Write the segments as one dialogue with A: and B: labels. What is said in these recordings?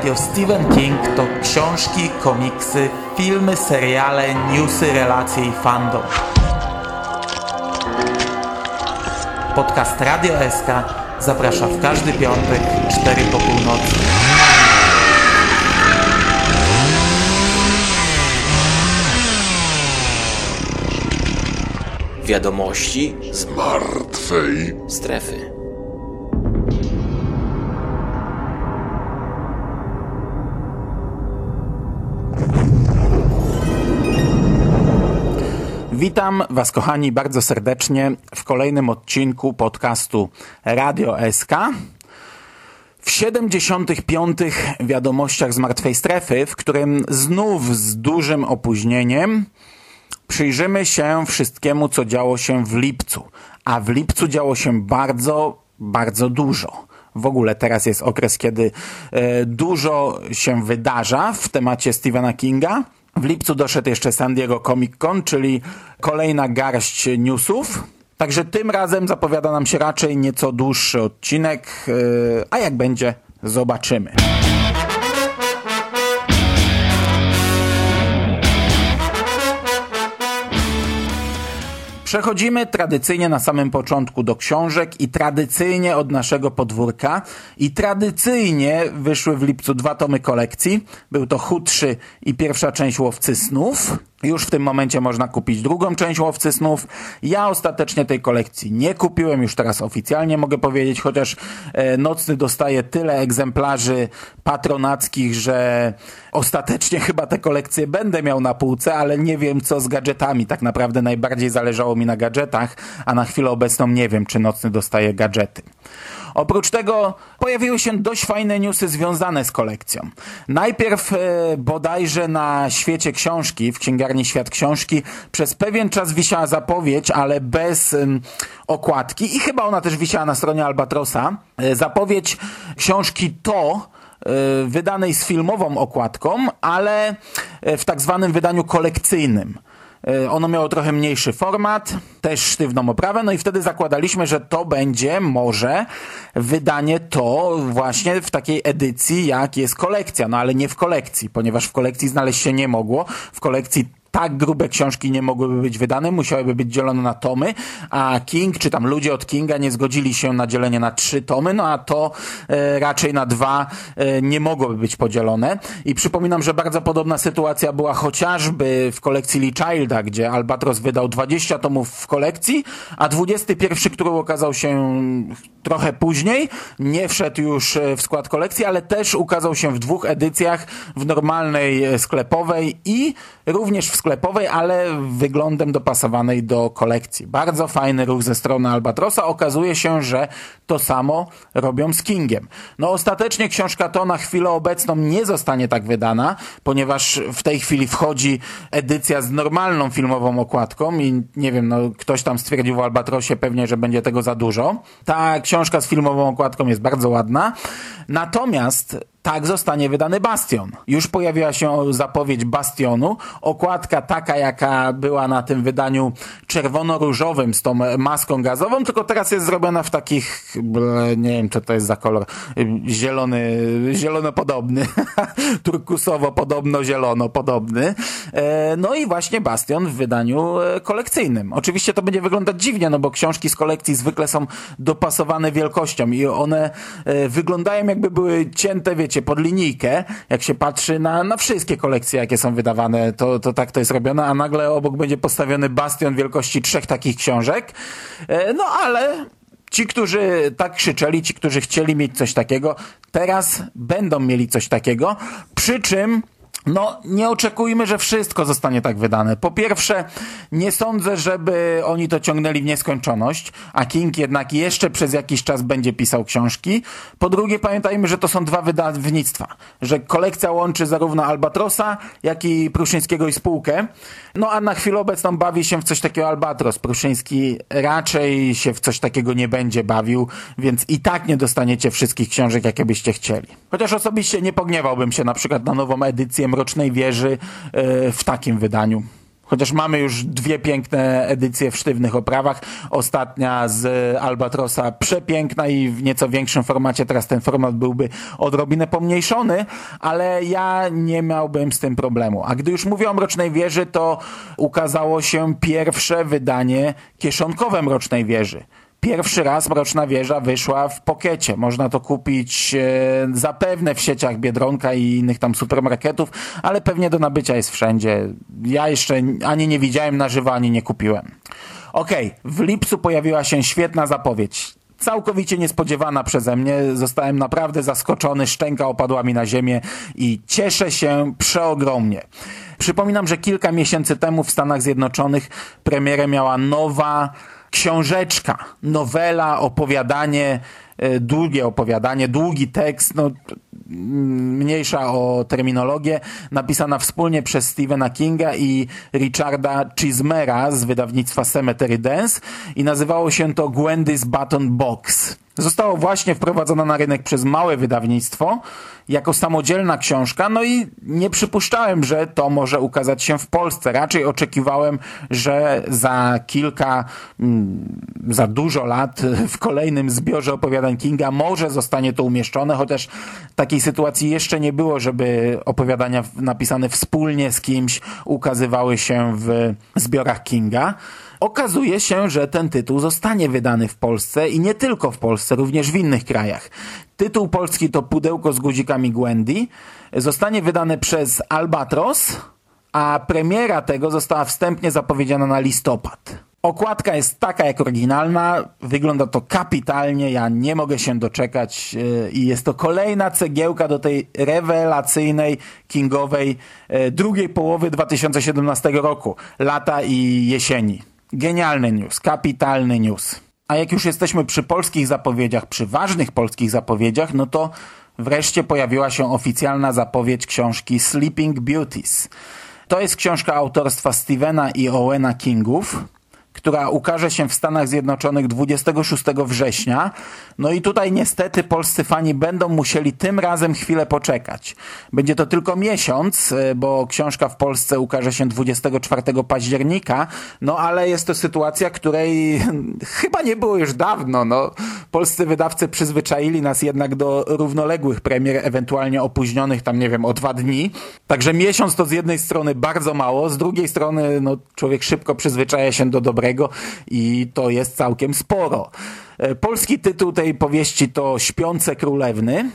A: Radio Stephen King to książki, komiksy, filmy, seriale, newsy, relacje i fandom. Podcast Radio SK zaprasza w każdy piątek 4 po północy.
B: Wiadomości
C: z martwej
B: strefy.
A: Witam Was, kochani, bardzo serdecznie w kolejnym odcinku podcastu Radio SK. W 75. Wiadomościach z martwej strefy, w którym znów z dużym opóźnieniem przyjrzymy się wszystkiemu, co działo się w lipcu. A w lipcu działo się bardzo, bardzo dużo. W ogóle teraz jest okres, kiedy dużo się wydarza w temacie Stephena Kinga. W lipcu doszedł jeszcze San Diego Comic Con, czyli kolejna garść newsów. Także tym razem zapowiada nam się raczej nieco dłuższy odcinek, a jak będzie, zobaczymy. Przechodzimy tradycyjnie na samym początku do książek i tradycyjnie od naszego podwórka. I tradycyjnie wyszły w lipcu 2 tomy kolekcji. Był to Chudszy i pierwsza część Łowcy Snów. Już w tym momencie można kupić drugą część Łowcy Snów. Ja ostatecznie tej kolekcji nie kupiłem, już teraz oficjalnie mogę powiedzieć, chociaż Nocny dostaje tyle egzemplarzy patronackich, że ostatecznie chyba te kolekcje będę miał na półce, ale nie wiem co z gadżetami. Tak naprawdę najbardziej zależało mi na gadżetach, a na chwilę obecną nie wiem, czy Nocny dostaje gadżety. Oprócz tego pojawiły się dość fajne newsy związane z kolekcją. Najpierw bodajże na Świecie Książki, w księgarni Świat Książki, przez pewien czas wisiała zapowiedź, ale bez okładki i chyba ona też wisiała na stronie Albatrosa. Zapowiedź książki To, wydanej z filmową okładką, ale w tak zwanym wydaniu kolekcyjnym. Ono miało trochę mniejszy format, też sztywną oprawę, no i wtedy zakładaliśmy, że to będzie może wydanie To właśnie w takiej edycji, jak jest kolekcja, no ale nie w kolekcji, ponieważ w kolekcji znaleźć się nie mogło, w kolekcji tak grube książki nie mogłyby być wydane, musiałyby być dzielone na tomy, a King, czy tam ludzie od Kinga nie zgodzili się na dzielenie na 3 tomy, no a to raczej na 2 nie mogłoby być podzielone. I przypominam, że bardzo podobna sytuacja była chociażby w kolekcji Lee Childa, gdzie Albatros wydał 20 tomów w kolekcji, a 21, który ukazał się trochę później, nie wszedł już w skład kolekcji, ale też ukazał się w 2 edycjach, w normalnej sklepowej i również w sklepowej, ale wyglądem dopasowanej do kolekcji. Bardzo fajny ruch ze strony Albatrosa. Okazuje się, że to samo robią z Kingiem. No ostatecznie książka To na chwilę obecną nie zostanie tak wydana, ponieważ w tej chwili wchodzi edycja z normalną filmową okładką i nie wiem, no ktoś tam stwierdził w Albatrosie pewnie, że będzie tego za dużo. Ta książka z filmową okładką jest bardzo ładna. Natomiast tak zostanie wydany Bastion. Już pojawiła się zapowiedź Bastionu. Okładka taka, jaka była na tym wydaniu czerwono-różowym z tą maską gazową, tylko teraz jest zrobiona w takich, nie wiem co to jest za kolor, zielono-podobny, turkusowo-podobno-zielono-podobny. No i właśnie Bastion w wydaniu kolekcyjnym. Oczywiście to będzie wyglądać dziwnie, no bo książki z kolekcji zwykle są dopasowane wielkością i one wyglądają jakby były cięte, wiecie, pod linijkę, jak się patrzy na wszystkie kolekcje, jakie są wydawane, to tak to jest robione, a nagle obok będzie postawiony Bastion wielkości 3 takich książek. No ale ci, którzy tak krzyczeli, ci, którzy chcieli mieć coś takiego, teraz będą mieli coś takiego, przy czym no, nie oczekujmy, że wszystko zostanie tak wydane. Po pierwsze, nie sądzę, żeby oni to ciągnęli w nieskończoność, a King jednak jeszcze przez jakiś czas będzie pisał książki. Po drugie, pamiętajmy, że to są 2 wydawnictwa, że kolekcja łączy zarówno Albatrosa, jak i Pruszyńskiego i spółkę. No, a na chwilę obecną bawi się w coś takiego Albatros. Pruszyński raczej się w coś takiego nie będzie bawił, więc i tak nie dostaniecie wszystkich książek, jakie byście chcieli. Chociaż osobiście nie pogniewałbym się na przykład na nową edycję Mrocznej Wieży w takim wydaniu. Chociaż mamy już 2 piękne edycje w sztywnych oprawach. Ostatnia z Albatrosa przepiękna i w nieco większym formacie. Teraz ten format byłby odrobinę pomniejszony, ale ja nie miałbym z tym problemu. A gdy już mówię o Mrocznej Wieży, to ukazało się pierwsze wydanie kieszonkowe Mrocznej Wieży. Pierwszy raz Mroczna Wieża wyszła w pokecie. Można to kupić zapewne w sieciach Biedronka i innych tam supermarketów, ale pewnie do nabycia jest wszędzie. Ja jeszcze ani nie widziałem na żywo, ani nie kupiłem. Okej, w lipcu pojawiła się świetna zapowiedź. Całkowicie niespodziewana przeze mnie. Zostałem naprawdę zaskoczony, szczęka opadła mi na ziemię i cieszę się przeogromnie. Przypominam, że kilka miesięcy temu w Stanach Zjednoczonych premierę miała nowa książeczka, nowela, opowiadanie, długi tekst, mniejsza o terminologię, napisana wspólnie przez Stephena Kinga i Richarda Chismera z wydawnictwa Cemetery Dance i nazywało się to Gwendy's Button Box. Zostało właśnie wprowadzona na rynek przez małe wydawnictwo jako samodzielna książka, no i nie przypuszczałem, że to może ukazać się w Polsce. Raczej oczekiwałem, że za za dużo lat w kolejnym zbiorze opowiadań Kinga może zostanie to umieszczone, chociaż takiej sytuacji jeszcze nie było, żeby opowiadania napisane wspólnie z kimś ukazywały się w zbiorach Kinga. Okazuje się, że ten tytuł zostanie wydany w Polsce i nie tylko w Polsce, również w innych krajach. Tytuł polski to Pudełko z guzikami Gwendy. Zostanie wydane przez Albatros, a premiera tego została wstępnie zapowiedziana na listopad. Okładka jest taka jak oryginalna, wygląda to kapitalnie, ja nie mogę się doczekać i jest to kolejna cegiełka do tej rewelacyjnej kingowej drugiej połowy 2017 roku, lata i jesieni. Genialny news, kapitalny news. A jak już jesteśmy przy polskich zapowiedziach, przy ważnych polskich zapowiedziach, no to wreszcie pojawiła się oficjalna zapowiedź książki Sleeping Beauties. To jest książka autorstwa Stephena i Owena Kingów, która ukaże się w Stanach Zjednoczonych 26 września. No i tutaj niestety polscy fani będą musieli tym razem chwilę poczekać. Będzie to tylko miesiąc, bo książka w Polsce ukaże się 24 października, no ale jest to sytuacja, której chyba nie było już dawno. No, polscy wydawcy przyzwyczaili nas jednak do równoległych premier, ewentualnie opóźnionych tam, nie wiem, o 2 dni. Także miesiąc to z jednej strony bardzo mało, z drugiej strony no, człowiek szybko przyzwyczaja się do dobrego i to jest całkiem sporo. Polski tytuł tej powieści to Śpiące Królewny.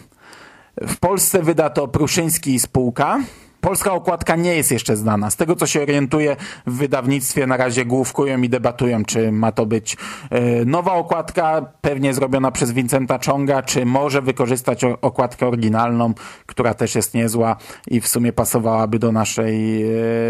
A: W Polsce wyda to Pruszyński i spółka. Polska okładka nie jest jeszcze znana. Z tego, co się orientuję, w wydawnictwie na razie główkują i debatują, czy ma to być nowa okładka, pewnie zrobiona przez Vincenta Chonga, czy może wykorzystać okładkę oryginalną, która też jest niezła i w sumie pasowałaby do naszej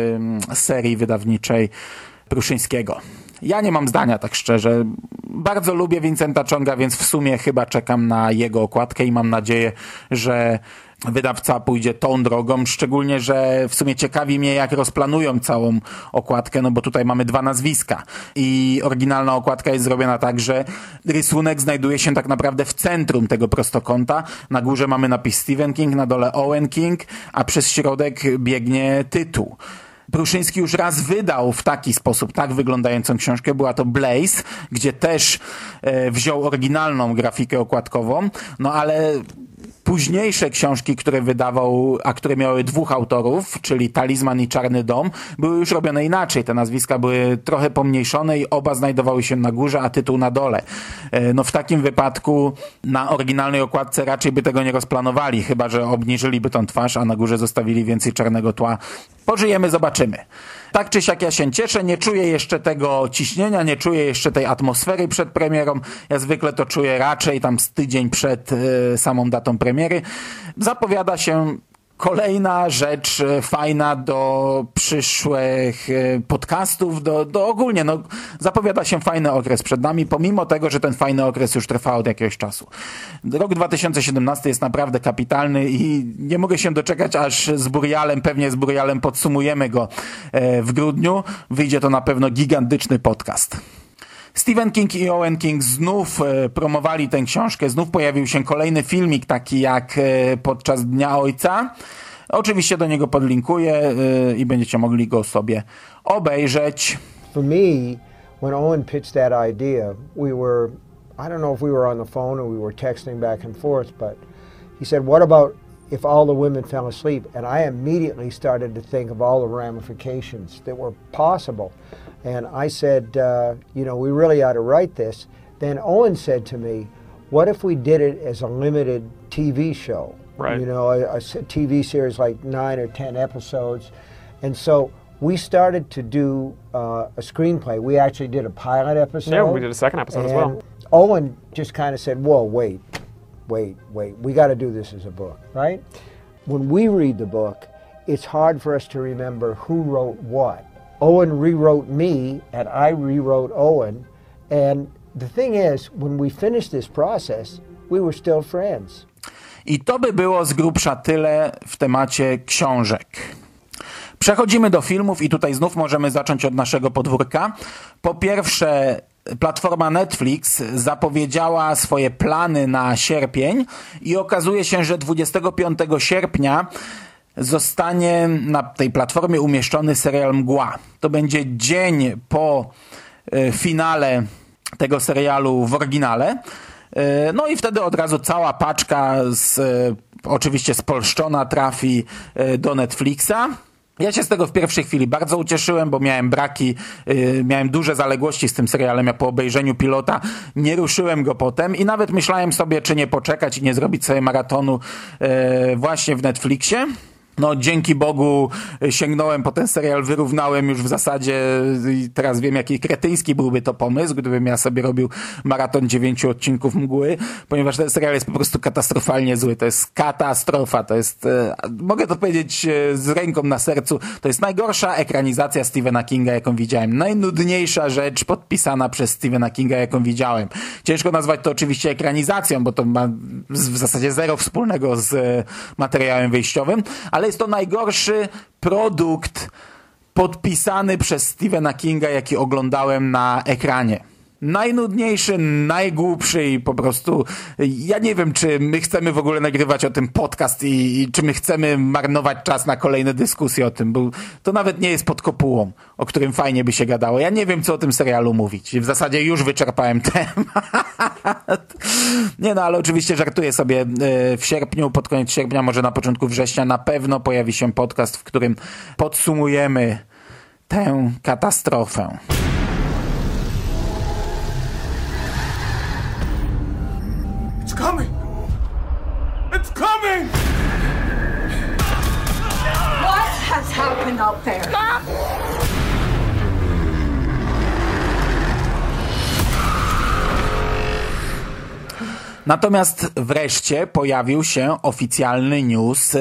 A: serii wydawniczej Pruszyńskiego. Ja nie mam zdania, tak szczerze. Bardzo lubię Vincenta Chonga, więc w sumie chyba czekam na jego okładkę i mam nadzieję, że wydawca pójdzie tą drogą, szczególnie, że w sumie ciekawi mnie, jak rozplanują całą okładkę, no bo tutaj mamy 2 nazwiska i oryginalna okładka jest zrobiona tak, że rysunek znajduje się tak naprawdę w centrum tego prostokąta. Na górze mamy napis Stephen King, na dole Owen King, a przez środek biegnie tytuł. Pruszyński już raz wydał w taki sposób, tak wyglądającą książkę. Była to Blaze, gdzie też wziął oryginalną grafikę okładkową, no ale późniejsze książki, które wydawał, a które miały 2 autorów, czyli Talizman i Czarny Dom, były już robione inaczej. Te nazwiska były trochę pomniejszone i oba znajdowały się na górze, a tytuł na dole. No w takim wypadku na oryginalnej okładce raczej by tego nie rozplanowali, chyba że obniżyliby tą twarz, a na górze zostawili więcej czarnego tła. Pożyjemy, zobaczymy. Tak czy siak ja się cieszę, nie czuję jeszcze tego ciśnienia, nie czuję jeszcze tej atmosfery przed premierą. Ja zwykle to czuję raczej tam z tydzień przed samą datą premiery. Zapowiada się kolejna rzecz fajna do przyszłych podcastów, do ogólnie, no zapowiada się fajny okres przed nami, pomimo tego, że ten fajny okres już trwa od jakiegoś czasu. Rok 2017 jest naprawdę kapitalny i nie mogę się doczekać, aż pewnie z Burialem podsumujemy go w grudniu. Wyjdzie to na pewno gigantyczny podcast. Stephen King i Owen King znów promowali tę książkę, znów pojawił się kolejny filmik, taki jak podczas Dnia Ojca. Oczywiście do niego podlinkuję i będziecie mogli go sobie obejrzeć.
D: For me, when Owen pitched that idea, I don't know if we were on the phone or we were texting back and forth, but he said, what about if all the women fell asleep? And I immediately started to think of all the ramifications that were possible. And I said, we really ought to write this. Then Owen said to me, what if we did it as a limited TV show?
E: Right.
D: A TV series like 9 or 10 episodes. And so we started to do a screenplay. We actually did a pilot episode.
E: Yeah, we did a second episode as well.
D: Owen just kind of said, whoa, wait. We got to do this as a book, right? When we read the book, it's hard for us to remember who wrote what. Owen rewrote me, and I rewrote Owen. And the thing is, when we finished this process, we were still friends.
A: I to by było z grubsza tyle w temacie książek. Przechodzimy do filmów i tutaj znów możemy zacząć od naszego podwórka. Po pierwsze, platforma Netflix zapowiedziała swoje plany na sierpień i okazuje się, że 25 sierpnia zostanie na tej platformie umieszczony serial Mgła. To będzie dzień po finale tego serialu w oryginale. No i wtedy od razu cała paczka oczywiście spolszczona trafi do Netflixa. Ja się z tego w pierwszej chwili bardzo ucieszyłem, bo miałem braki, miałem duże zaległości z tym serialem. Ja po obejrzeniu pilota nie ruszyłem go potem i nawet myślałem sobie, czy nie poczekać i nie zrobić sobie maratonu właśnie w Netflixie. No dzięki Bogu sięgnąłem po ten serial, wyrównałem już w zasadzie i teraz wiem, jaki kretyński byłby to pomysł, gdybym ja sobie robił maraton 9 odcinków Mgły, ponieważ ten serial jest po prostu katastrofalnie zły. To jest katastrofa, to jest, mogę to powiedzieć z ręką na sercu, to jest najgorsza ekranizacja Stephena Kinga, jaką widziałem. Najnudniejsza rzecz podpisana przez Stephena Kinga, jaką widziałem. Ciężko nazwać to oczywiście ekranizacją, bo to ma w zasadzie zero wspólnego z materiałem wyjściowym, ale jest to najgorszy produkt podpisany przez Stephena Kinga, jaki oglądałem na ekranie. Najnudniejszy, najgłupszy i po prostu ja nie wiem, czy my chcemy w ogóle nagrywać o tym podcast i czy my chcemy marnować czas na kolejne dyskusje o tym, bo to nawet nie jest pod kopułą, o którym fajnie by się gadało. Ja nie wiem, co o tym serialu mówić. W zasadzie już wyczerpałem temat. Nie no, ale oczywiście żartuję sobie. W sierpniu, pod koniec sierpnia, może na początku września na pewno pojawi się podcast, w którym podsumujemy tę katastrofę.
F: It's coming! It's coming!
G: What has happened out there?
A: Natomiast wreszcie pojawił się oficjalny news,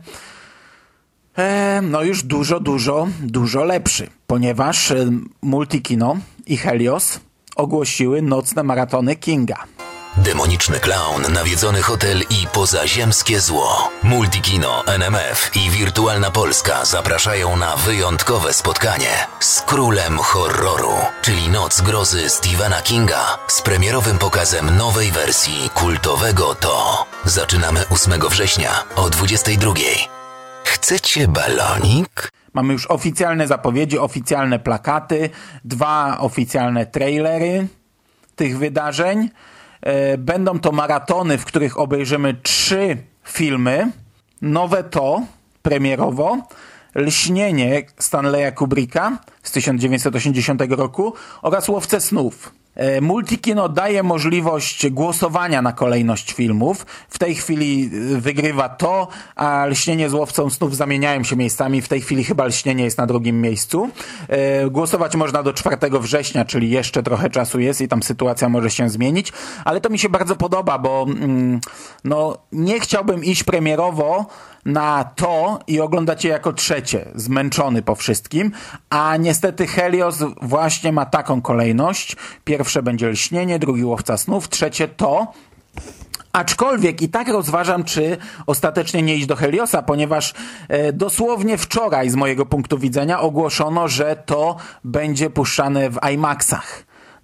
A: no już dużo lepszy, ponieważ Multikino i Helios ogłosiły nocne maratony Kinga.
B: Demoniczny klaun, nawiedzony hotel i pozaziemskie zło. Multikino, NMF i Wirtualna Polska zapraszają na wyjątkowe spotkanie z królem horroru, czyli Noc grozy Stephena Kinga z premierowym pokazem nowej wersji kultowego To. Zaczynamy 8 września o 22:00. Chcecie balonik?
A: Mamy już oficjalne zapowiedzi, oficjalne plakaty, 2 oficjalne trailery tych wydarzeń. Będą to maratony, w których obejrzymy 3 filmy. Nowe To, premierowo, Lśnienie Stanleya Kubricka z 1980 roku oraz Łowcę snów. Multikino daje możliwość głosowania na kolejność filmów. W tej chwili wygrywa To, a Lśnienie z Łowcą snów zamieniają się miejscami. W tej chwili chyba Lśnienie jest na 2. miejscu. Głosować można do 4 września, czyli jeszcze trochę czasu jest i tam sytuacja może się zmienić. Ale to mi się bardzo podoba, bo no, nie chciałbym iść premierowo na To i oglądać je jako trzecie, zmęczony po wszystkim, a niestety Helios właśnie ma taką kolejność. Pierwsze będzie Lśnienie, 2 Łowca snów, 3 To. Aczkolwiek i tak rozważam, czy ostatecznie nie iść do Heliosa, ponieważ dosłownie wczoraj z mojego punktu widzenia ogłoszono, że To będzie puszczane w IMAX-ach.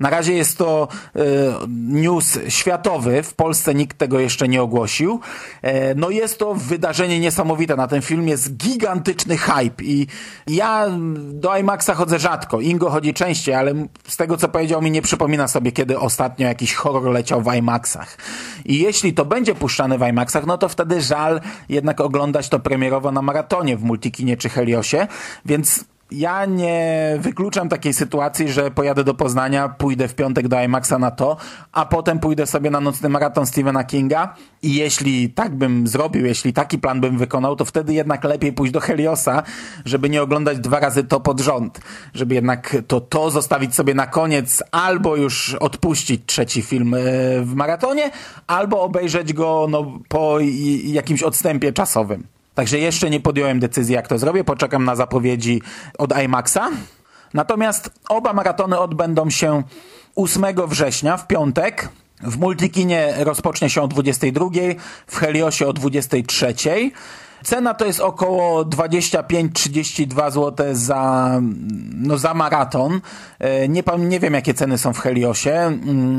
A: Na razie jest to news światowy, w Polsce nikt tego jeszcze nie ogłosił. No jest to wydarzenie niesamowite, na ten film jest gigantyczny hype i ja do IMAXa chodzę rzadko, Ingo chodzi częściej, ale z tego co powiedział mi nie przypomina sobie, kiedy ostatnio jakiś horror leciał w IMAXach. I jeśli to będzie puszczane w IMAXach, no to wtedy żal jednak oglądać to premierowo na maratonie w Multikinie czy Heliosie, więc ja nie wykluczam takiej sytuacji, że pojadę do Poznania, pójdę w piątek do IMAXa na to, a potem pójdę sobie na nocny maraton Stephena Kinga i jeśli tak bym zrobił, jeśli taki plan bym wykonał, to wtedy jednak lepiej pójść do Heliosa, żeby nie oglądać 2 razy to pod rząd, żeby jednak to zostawić sobie na koniec, albo już odpuścić 3. film w maratonie, albo obejrzeć go po jakimś odstępie czasowym. Także jeszcze nie podjąłem decyzji, jak to zrobię. Poczekam na zapowiedzi od IMAXa. Natomiast oba maratony odbędą się 8 września, w piątek. W Multikinie rozpocznie się o 22, w Heliosie o 23. Cena to jest około 25-32 zł za maraton. Nie wiem, jakie ceny są w Heliosie.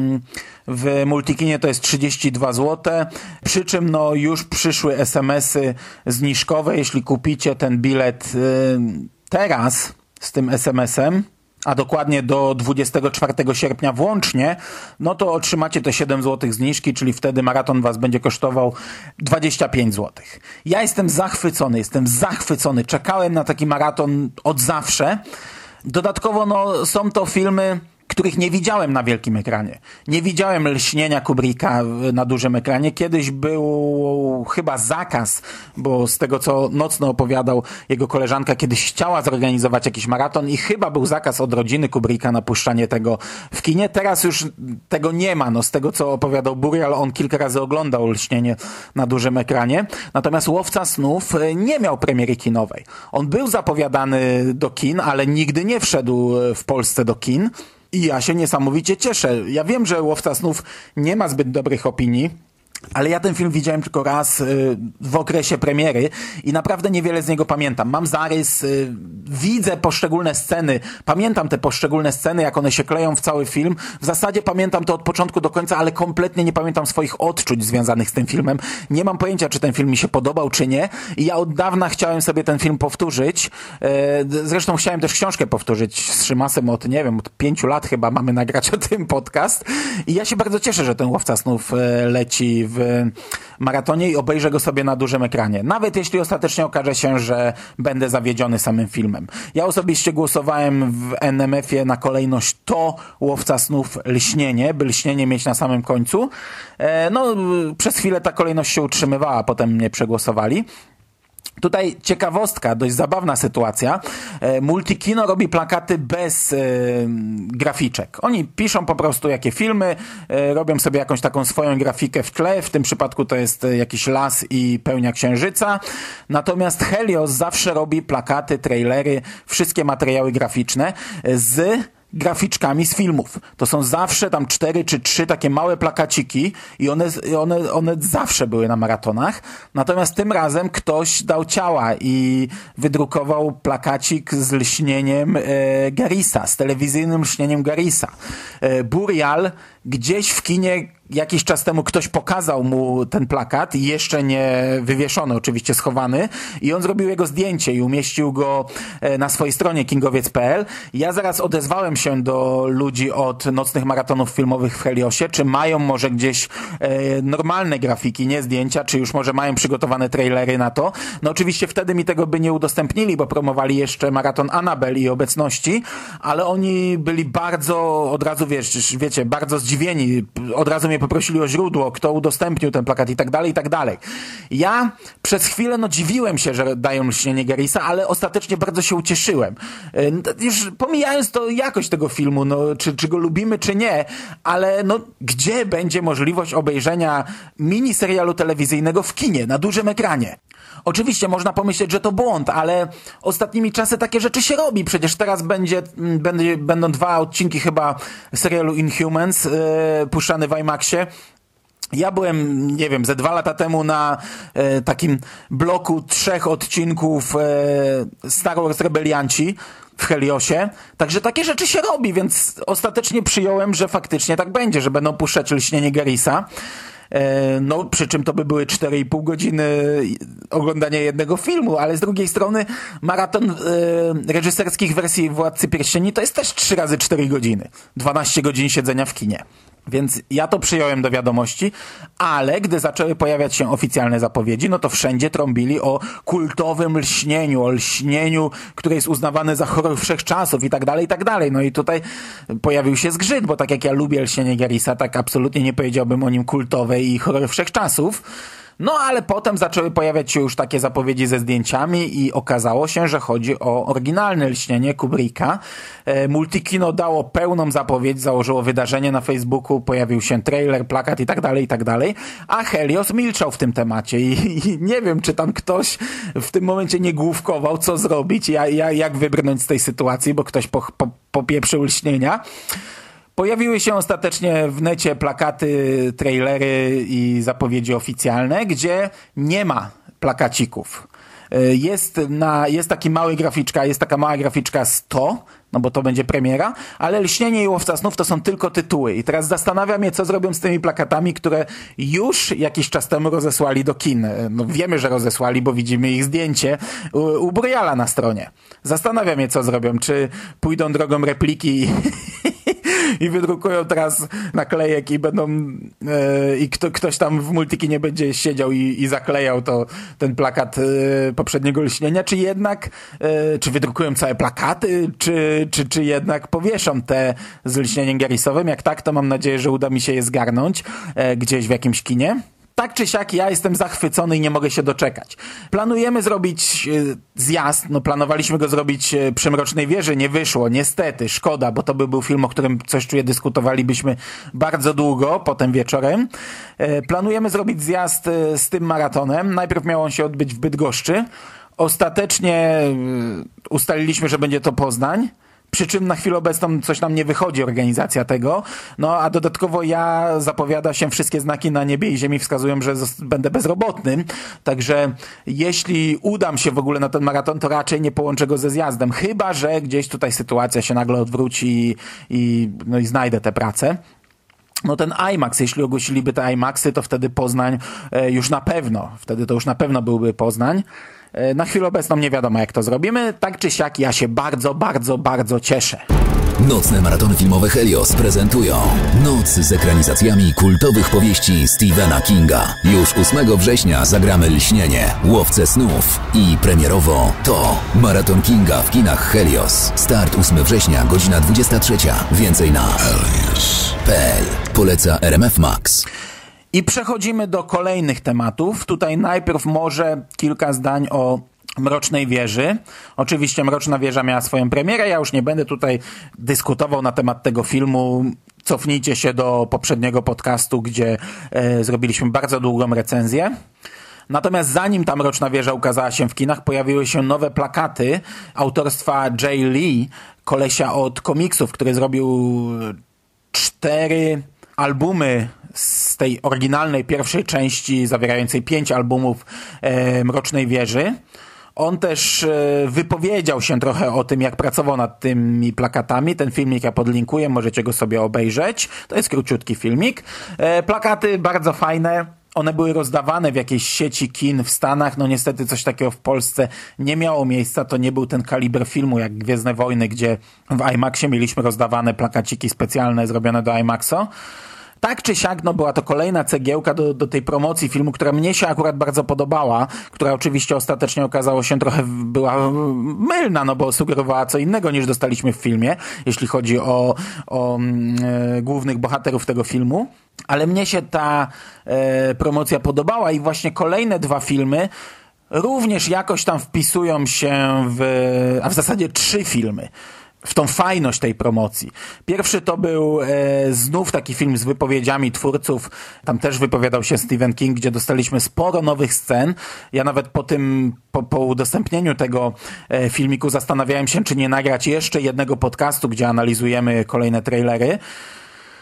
A: W Multikinie to jest 32 zł. Przy czym już przyszły SMS-y zniżkowe. Jeśli kupicie ten bilet teraz z tym SMS-em, a dokładnie do 24 sierpnia włącznie, no to otrzymacie te 7 zł zniżki, czyli wtedy maraton was będzie kosztował 25 zł. Ja jestem zachwycony. Czekałem na taki maraton od zawsze. Dodatkowo są to filmy, których nie widziałem na wielkim ekranie. Nie widziałem Lśnienia Kubricka na dużym ekranie. Kiedyś był chyba zakaz, bo z tego co nocno opowiadał jego koleżanka, kiedyś chciała zorganizować jakiś maraton i chyba był zakaz od rodziny Kubricka na puszczanie tego w kinie. Teraz już tego nie ma. Z tego co opowiadał Burial, on kilka razy oglądał Lśnienie na dużym ekranie. Natomiast Łowca Snów nie miał premiery kinowej. On był zapowiadany do kin, ale nigdy nie wszedł w Polsce do kin. I ja się niesamowicie cieszę. Ja wiem, że Łowca Snów nie ma zbyt dobrych opinii, ale ja ten film widziałem tylko raz w okresie premiery i naprawdę niewiele z niego pamiętam. Mam zarys, widzę poszczególne sceny, pamiętam te poszczególne sceny, jak one się kleją w cały film. W zasadzie pamiętam to od początku do końca, ale kompletnie nie pamiętam swoich odczuć związanych z tym filmem. Nie mam pojęcia, czy ten film mi się podobał, czy nie. I ja od dawna chciałem sobie ten film powtórzyć. Zresztą chciałem też książkę powtórzyć z Szymasem od 5 lat chyba mamy nagrać o tym podcast. I ja się bardzo cieszę, że ten Łowca Snów leci w maratonie i obejrzę go sobie na dużym ekranie. Nawet jeśli ostatecznie okaże się, że będę zawiedziony samym filmem. Ja osobiście głosowałem w NMF-ie na kolejność to Łowca Snów, Lśnienie, by Lśnienie mieć na samym końcu. Przez chwilę ta kolejność się utrzymywała, potem mnie przegłosowali. Tutaj ciekawostka, dość zabawna sytuacja. Multikino robi plakaty bez graficzek. Oni piszą po prostu jakie filmy, robią sobie jakąś taką swoją grafikę w tle. W tym przypadku to jest jakiś las i pełnia księżyca. Natomiast Helios zawsze robi plakaty, trailery, wszystkie materiały graficzne z graficzkami z filmów. To są zawsze tam 4 czy 3 takie małe plakaciki i one zawsze były na maratonach. Natomiast tym razem ktoś dał ciała i wydrukował plakacik z lśnieniem Garrisa, z telewizyjnym lśnieniem Garrisa. Burial gdzieś w kinie jakiś czas temu ktoś pokazał mu ten plakat, jeszcze nie wywieszony, oczywiście schowany, i on zrobił jego zdjęcie i umieścił go na swojej stronie kingowiec.pl. Ja zaraz odezwałem się do ludzi od nocnych maratonów filmowych w Heliosie, czy mają może gdzieś normalne grafiki, nie zdjęcia, czy już może mają przygotowane trailery na to. No oczywiście wtedy mi tego by nie udostępnili, bo promowali jeszcze maraton Annabelle i Obecności, ale oni byli bardzo, od razu wiecie, bardzo zdziwieni, od razu mnie poprosili o źródło, kto udostępnił ten plakat i tak dalej, i tak dalej. Ja przez chwilę dziwiłem się, że dają lśnienie Garrisa, ale ostatecznie bardzo się ucieszyłem. Już pomijając to jakość tego filmu, czy go lubimy, czy nie, ale gdzie będzie możliwość obejrzenia miniserialu telewizyjnego w kinie, na dużym ekranie? Oczywiście można pomyśleć, że to błąd, ale ostatnimi czasy takie rzeczy się robi. Przecież teraz będą 2 odcinki chyba serialu Inhumans puszczany w IMAXie. Ja byłem, nie wiem, ze 2 lata temu na takim bloku 3 odcinków Star Wars Rebelianci. w Heliosie. Także takie rzeczy się robi, więc ostatecznie przyjąłem, że faktycznie tak będzie, że będą puszczać Lśnienie Garrisa. No, przy czym to by były 4,5 godziny oglądania jednego filmu, ale z drugiej strony maraton reżyserskich wersji Władcy Pierścieni to jest też 3 razy 4 godziny. 12 godzin siedzenia w kinie. Więc ja to przyjąłem do wiadomości, ale gdy zaczęły pojawiać się oficjalne zapowiedzi, no to wszędzie trąbili o kultowym lśnieniu, o lśnieniu, które jest uznawane za horror wszechczasów i tak dalej, i tak dalej. No i tutaj pojawił się zgrzyt, bo tak jak ja lubię Lśnienie Garrisa, tak absolutnie nie powiedziałbym o nim kultowe i horror wszechczasów. No ale potem zaczęły pojawiać się już takie zapowiedzi ze zdjęciami i okazało się, że chodzi o oryginalne Lśnienie Kubricka. Multikino dało pełną zapowiedź, założyło wydarzenie na Facebooku, pojawił się trailer, plakat i tak dalej, a Helios milczał w tym temacie i nie wiem, czy tam ktoś w tym momencie nie główkował, co zrobić, jak wybrnąć z tej sytuacji, bo ktoś popieprzył lśnienia. Pojawiły się ostatecznie w necie plakaty, trailery i zapowiedzi oficjalne, gdzie nie ma plakacików. Jest taka mała graficzka 100, no bo to będzie premiera, ale Lśnienie i Łowca Snów to są tylko tytuły. I teraz zastanawiam się, co zrobią z tymi plakatami, które już jakiś czas temu rozesłali do kin. No wiemy, że rozesłali, bo widzimy ich zdjęcie u Bryala na stronie. Zastanawiam się, co zrobią. Czy pójdą drogą repliki i wydrukują teraz naklejek i będą ktoś tam w Multikinie będzie siedział i zaklejał ten plakat poprzedniego Lśnienia, czy jednak czy wydrukują całe plakaty, czy jednak powieszą te z Lśnieniem Garrisowym. Jak tak, to mam nadzieję, że uda mi się je zgarnąć gdzieś w jakimś kinie. Tak czy siak, ja jestem zachwycony i nie mogę się doczekać. Planujemy zrobić zjazd, planowaliśmy go zrobić przy Mrocznej Wieży, nie wyszło, niestety, szkoda, bo to by był film, o którym coś czuję dyskutowalibyśmy bardzo długo, potem wieczorem. Planujemy zrobić zjazd z tym maratonem, najpierw miał on się odbyć w Bydgoszczy, ostatecznie ustaliliśmy, że będzie to Poznań. Przy czym na chwilę obecną coś nam nie wychodzi organizacja tego, a dodatkowo zapowiada się, wszystkie znaki na niebie i ziemi wskazują, że będę bezrobotnym, także jeśli udam się w ogóle na ten maraton, to raczej nie połączę go ze zjazdem, chyba że gdzieś tutaj sytuacja się nagle odwróci i znajdę tę pracę. Ten IMAX, jeśli ogłosiliby te IMAXy, to wtedy Poznań już na pewno byłby Poznań. Na chwilę obecną nie wiadomo, jak to zrobimy. Tak czy siak, ja się bardzo, bardzo, bardzo cieszę.
B: Nocne maratony filmowe Helios prezentują Noc z ekranizacjami kultowych powieści Stephena Kinga. Już 8 września zagramy Lśnienie, Łowcę Snów i premierowo to Maraton Kinga w kinach Helios. Start 8 września, godzina 23. Więcej na helios.pl. Poleca RMF Max.
A: I przechodzimy do kolejnych tematów. Tutaj najpierw może kilka zdań o Mrocznej Wieży. Oczywiście Mroczna Wieża miała swoją premierę. Ja już nie będę tutaj dyskutował na temat tego filmu. Cofnijcie się do poprzedniego podcastu, gdzie zrobiliśmy bardzo długą recenzję. Natomiast zanim ta Mroczna Wieża ukazała się w kinach, pojawiły się nowe plakaty autorstwa Jay Lee, kolesia od komiksów, który zrobił 4 albumy z tej oryginalnej pierwszej części, zawierającej 5 albumów Mrocznej Wieży. On też wypowiedział się trochę o tym, jak pracował nad tymi plakatami. Ten filmik ja podlinkuję, możecie go sobie obejrzeć. To jest króciutki filmik. Plakaty bardzo fajne. One były rozdawane w jakiejś sieci kin w Stanach. Niestety coś takiego w Polsce nie miało miejsca. To nie był ten kaliber filmu jak Gwiezdne Wojny, gdzie w IMAXie mieliśmy rozdawane plakaciki specjalne zrobione do IMAXu. Tak czy siak, była to kolejna cegiełka do tej promocji filmu, która mnie się akurat bardzo podobała, która oczywiście ostatecznie okazało się była mylna, bo sugerowała co innego niż dostaliśmy w filmie, jeśli chodzi o głównych bohaterów tego filmu. Ale mnie się ta promocja podobała i właśnie kolejne 2 filmy również jakoś tam wpisują się a w zasadzie 3 filmy. W tą fajność tej promocji. Pierwszy to był znów taki film z wypowiedziami twórców. Tam też wypowiadał się Stephen King, gdzie dostaliśmy sporo nowych scen. Ja nawet po udostępnieniu tego filmiku zastanawiałem się, czy nie nagrać jeszcze jednego podcastu, gdzie analizujemy kolejne trailery.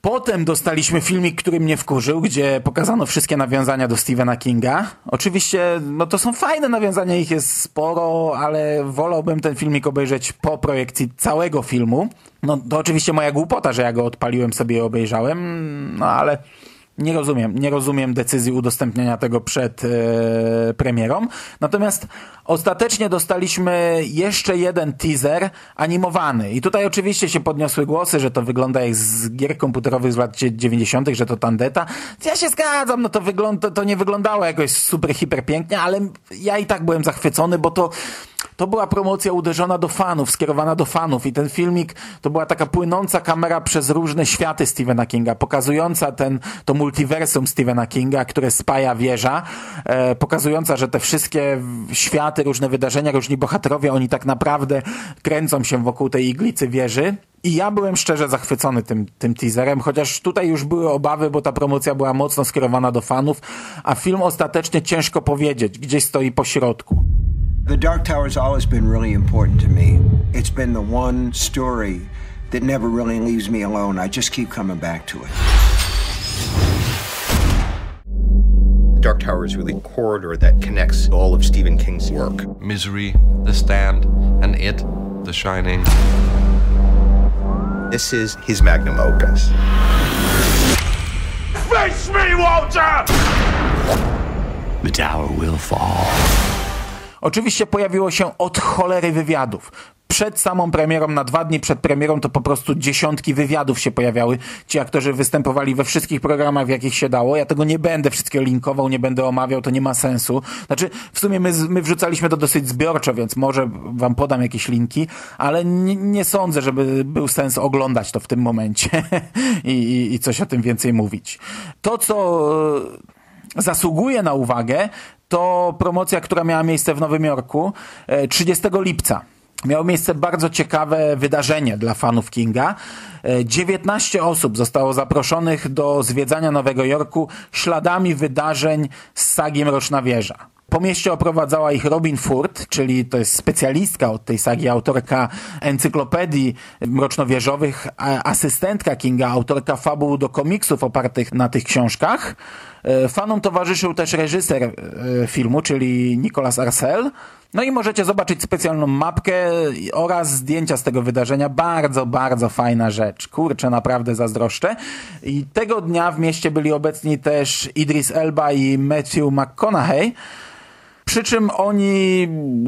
A: Potem dostaliśmy filmik, który mnie wkurzył, gdzie pokazano wszystkie nawiązania do Stephena Kinga. Oczywiście, no to są fajne nawiązania, ich jest sporo, ale wolałbym ten filmik obejrzeć po projekcji całego filmu. No to oczywiście moja głupota, że ja go odpaliłem sobie i obejrzałem, no ale nie rozumiem decyzji udostępniania tego przed premierą. Natomiast ostatecznie dostaliśmy jeszcze jeden teaser animowany. I tutaj oczywiście się podniosły głosy, że to wygląda jak z gier komputerowych z lat 90., że to tandeta. Ja się zgadzam, no to nie wyglądało jakoś super, hiper pięknie, ale ja i tak byłem zachwycony, bo to była promocja uderzona do fanów, skierowana do fanów i ten filmik to była taka płynąca kamera przez różne światy Stephena Kinga, pokazująca to multiversum Stephena Kinga, które spaja wieża, pokazująca, że te wszystkie światy, różne wydarzenia, różni bohaterowie, oni tak naprawdę kręcą się wokół tej iglicy wieży. I ja byłem szczerze zachwycony tym teaserem, chociaż tutaj już były obawy, bo ta promocja była mocno skierowana do fanów, a film ostatecznie ciężko powiedzieć, gdzieś stoi po środku.
E: The Dark Tower's always been really important to me. It's been the one story that never really leaves me alone. I just keep coming back to it.
H: The Dark Tower is really a corridor that connects all of Stephen King's work.
I: Misery, The Stand, and It, The Shining.
H: This is his magnum opus.
F: Face me, Walter!
B: The tower will fall.
A: Oczywiście pojawiło się od cholery wywiadów. Przed samą premierą, na 2 dni przed premierą, to po prostu dziesiątki wywiadów się pojawiały. Ci aktorzy występowali we wszystkich programach, w jakich się dało. Ja tego nie będę wszystkiego linkował, nie będę omawiał, to nie ma sensu. Znaczy, w sumie my wrzucaliśmy to dosyć zbiorczo, więc może wam podam jakieś linki, ale nie sądzę, żeby był sens oglądać to w tym momencie i coś o tym więcej mówić. To, co zasługuje na uwagę, to promocja, która miała miejsce w Nowym Jorku 30 lipca. Miało miejsce bardzo ciekawe wydarzenie dla fanów Kinga. 19 osób zostało zaproszonych do zwiedzania Nowego Jorku śladami wydarzeń z sagi Mroczna Wieża. Po mieście oprowadzała ich Robin Ford, czyli to jest specjalistka od tej sagi, autorka encyklopedii mrocznowieżowych, asystentka Kinga, autorka fabuł do komiksów opartych na tych książkach. Fanom towarzyszył też reżyser filmu, czyli Nicolas Arcel. No i możecie zobaczyć specjalną mapkę oraz zdjęcia z tego wydarzenia. Bardzo, bardzo fajna rzecz. Kurczę, naprawdę zazdroszczę. I tego dnia w mieście byli obecni też Idris Elba i Matthew McConaughey. Przy czym oni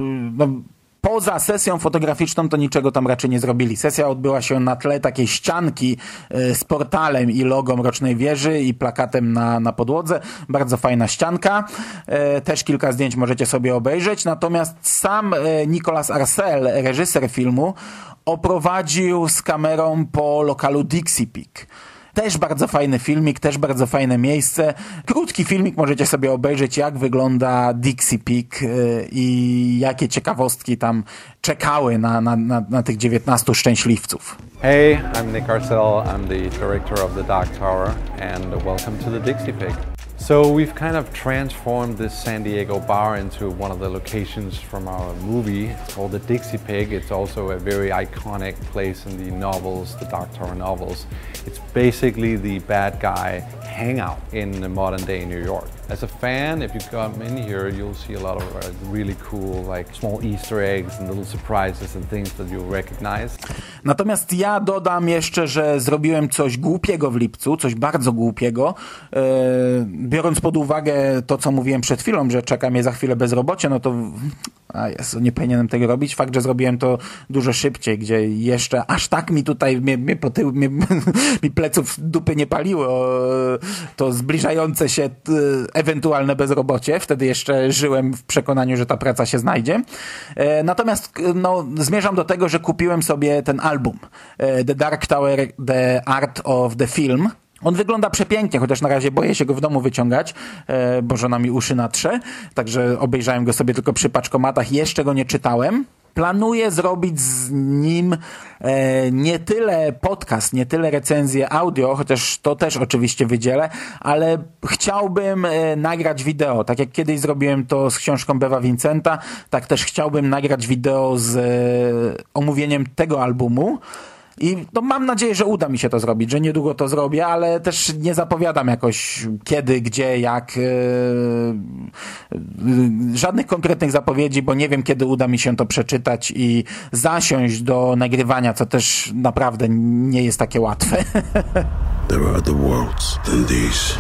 A: poza sesją fotograficzną to niczego tam raczej nie zrobili. Sesja odbyła się na tle takiej ścianki z portalem i logo Mrocznej Wieży i plakatem na podłodze. Bardzo fajna ścianka. Też kilka zdjęć możecie sobie obejrzeć. Natomiast sam Nicolas Arcel, reżyser filmu, oprowadził z kamerą po lokalu Dixie Peak. Też bardzo fajny filmik, też bardzo fajne miejsce. Krótki filmik, możecie sobie obejrzeć, jak wygląda Dixie Peak i jakie ciekawostki tam czekały na tych 19 szczęśliwców.
J: Hey, I'm Nick Arcel. I'm the director of the Dark Tower and welcome to the Dixie Peak. So we've kind of transformed this San Diego bar into one of the locations from our movie. It's called the Dixie Pig. It's also a very iconic place in the novels, the Dark Tower novels. It's basically the bad guy hangout in the modern day New York. As a fan, if you come in here, you'll see a lot of really cool, like small Easter eggs and little surprises and things that you'll recognize.
A: Natomiast ja dodam jeszcze, że zrobiłem coś głupiego w lipcu, coś bardzo głupiego. Biorąc pod uwagę to, co mówiłem przed chwilą, że czeka mnie za chwilę bezrobocie, no to Jezu, nie powinienem tego robić. Fakt, że zrobiłem to dużo szybciej, gdzie jeszcze aż tak mi tutaj mi pleców dupy nie paliło to zbliżające się ewentualne bezrobocie. Wtedy jeszcze żyłem w przekonaniu, że ta praca się znajdzie. Natomiast zmierzam do tego, że kupiłem sobie ten album The Dark Tower, The Art of the Film. On wygląda przepięknie, chociaż na razie boję się go w domu wyciągać, bo żona mi uszy natrze, także obejrzałem go sobie tylko przy paczkomatach, jeszcze go nie czytałem. Planuję zrobić z nim nie tyle podcast, nie tyle recenzję audio, chociaż to też oczywiście wydzielę, ale chciałbym nagrać wideo. Tak jak kiedyś zrobiłem to z książką Bewa Vincenta, tak też chciałbym nagrać wideo z omówieniem tego albumu. I no, mam nadzieję, że uda mi się to zrobić, że niedługo to zrobię, ale też nie zapowiadam jakoś kiedy, gdzie, jak. Żadnych konkretnych zapowiedzi, bo nie wiem, kiedy uda mi się to przeczytać i zasiąść do nagrywania, co też naprawdę nie jest takie łatwe.
C: There are other worlds than these.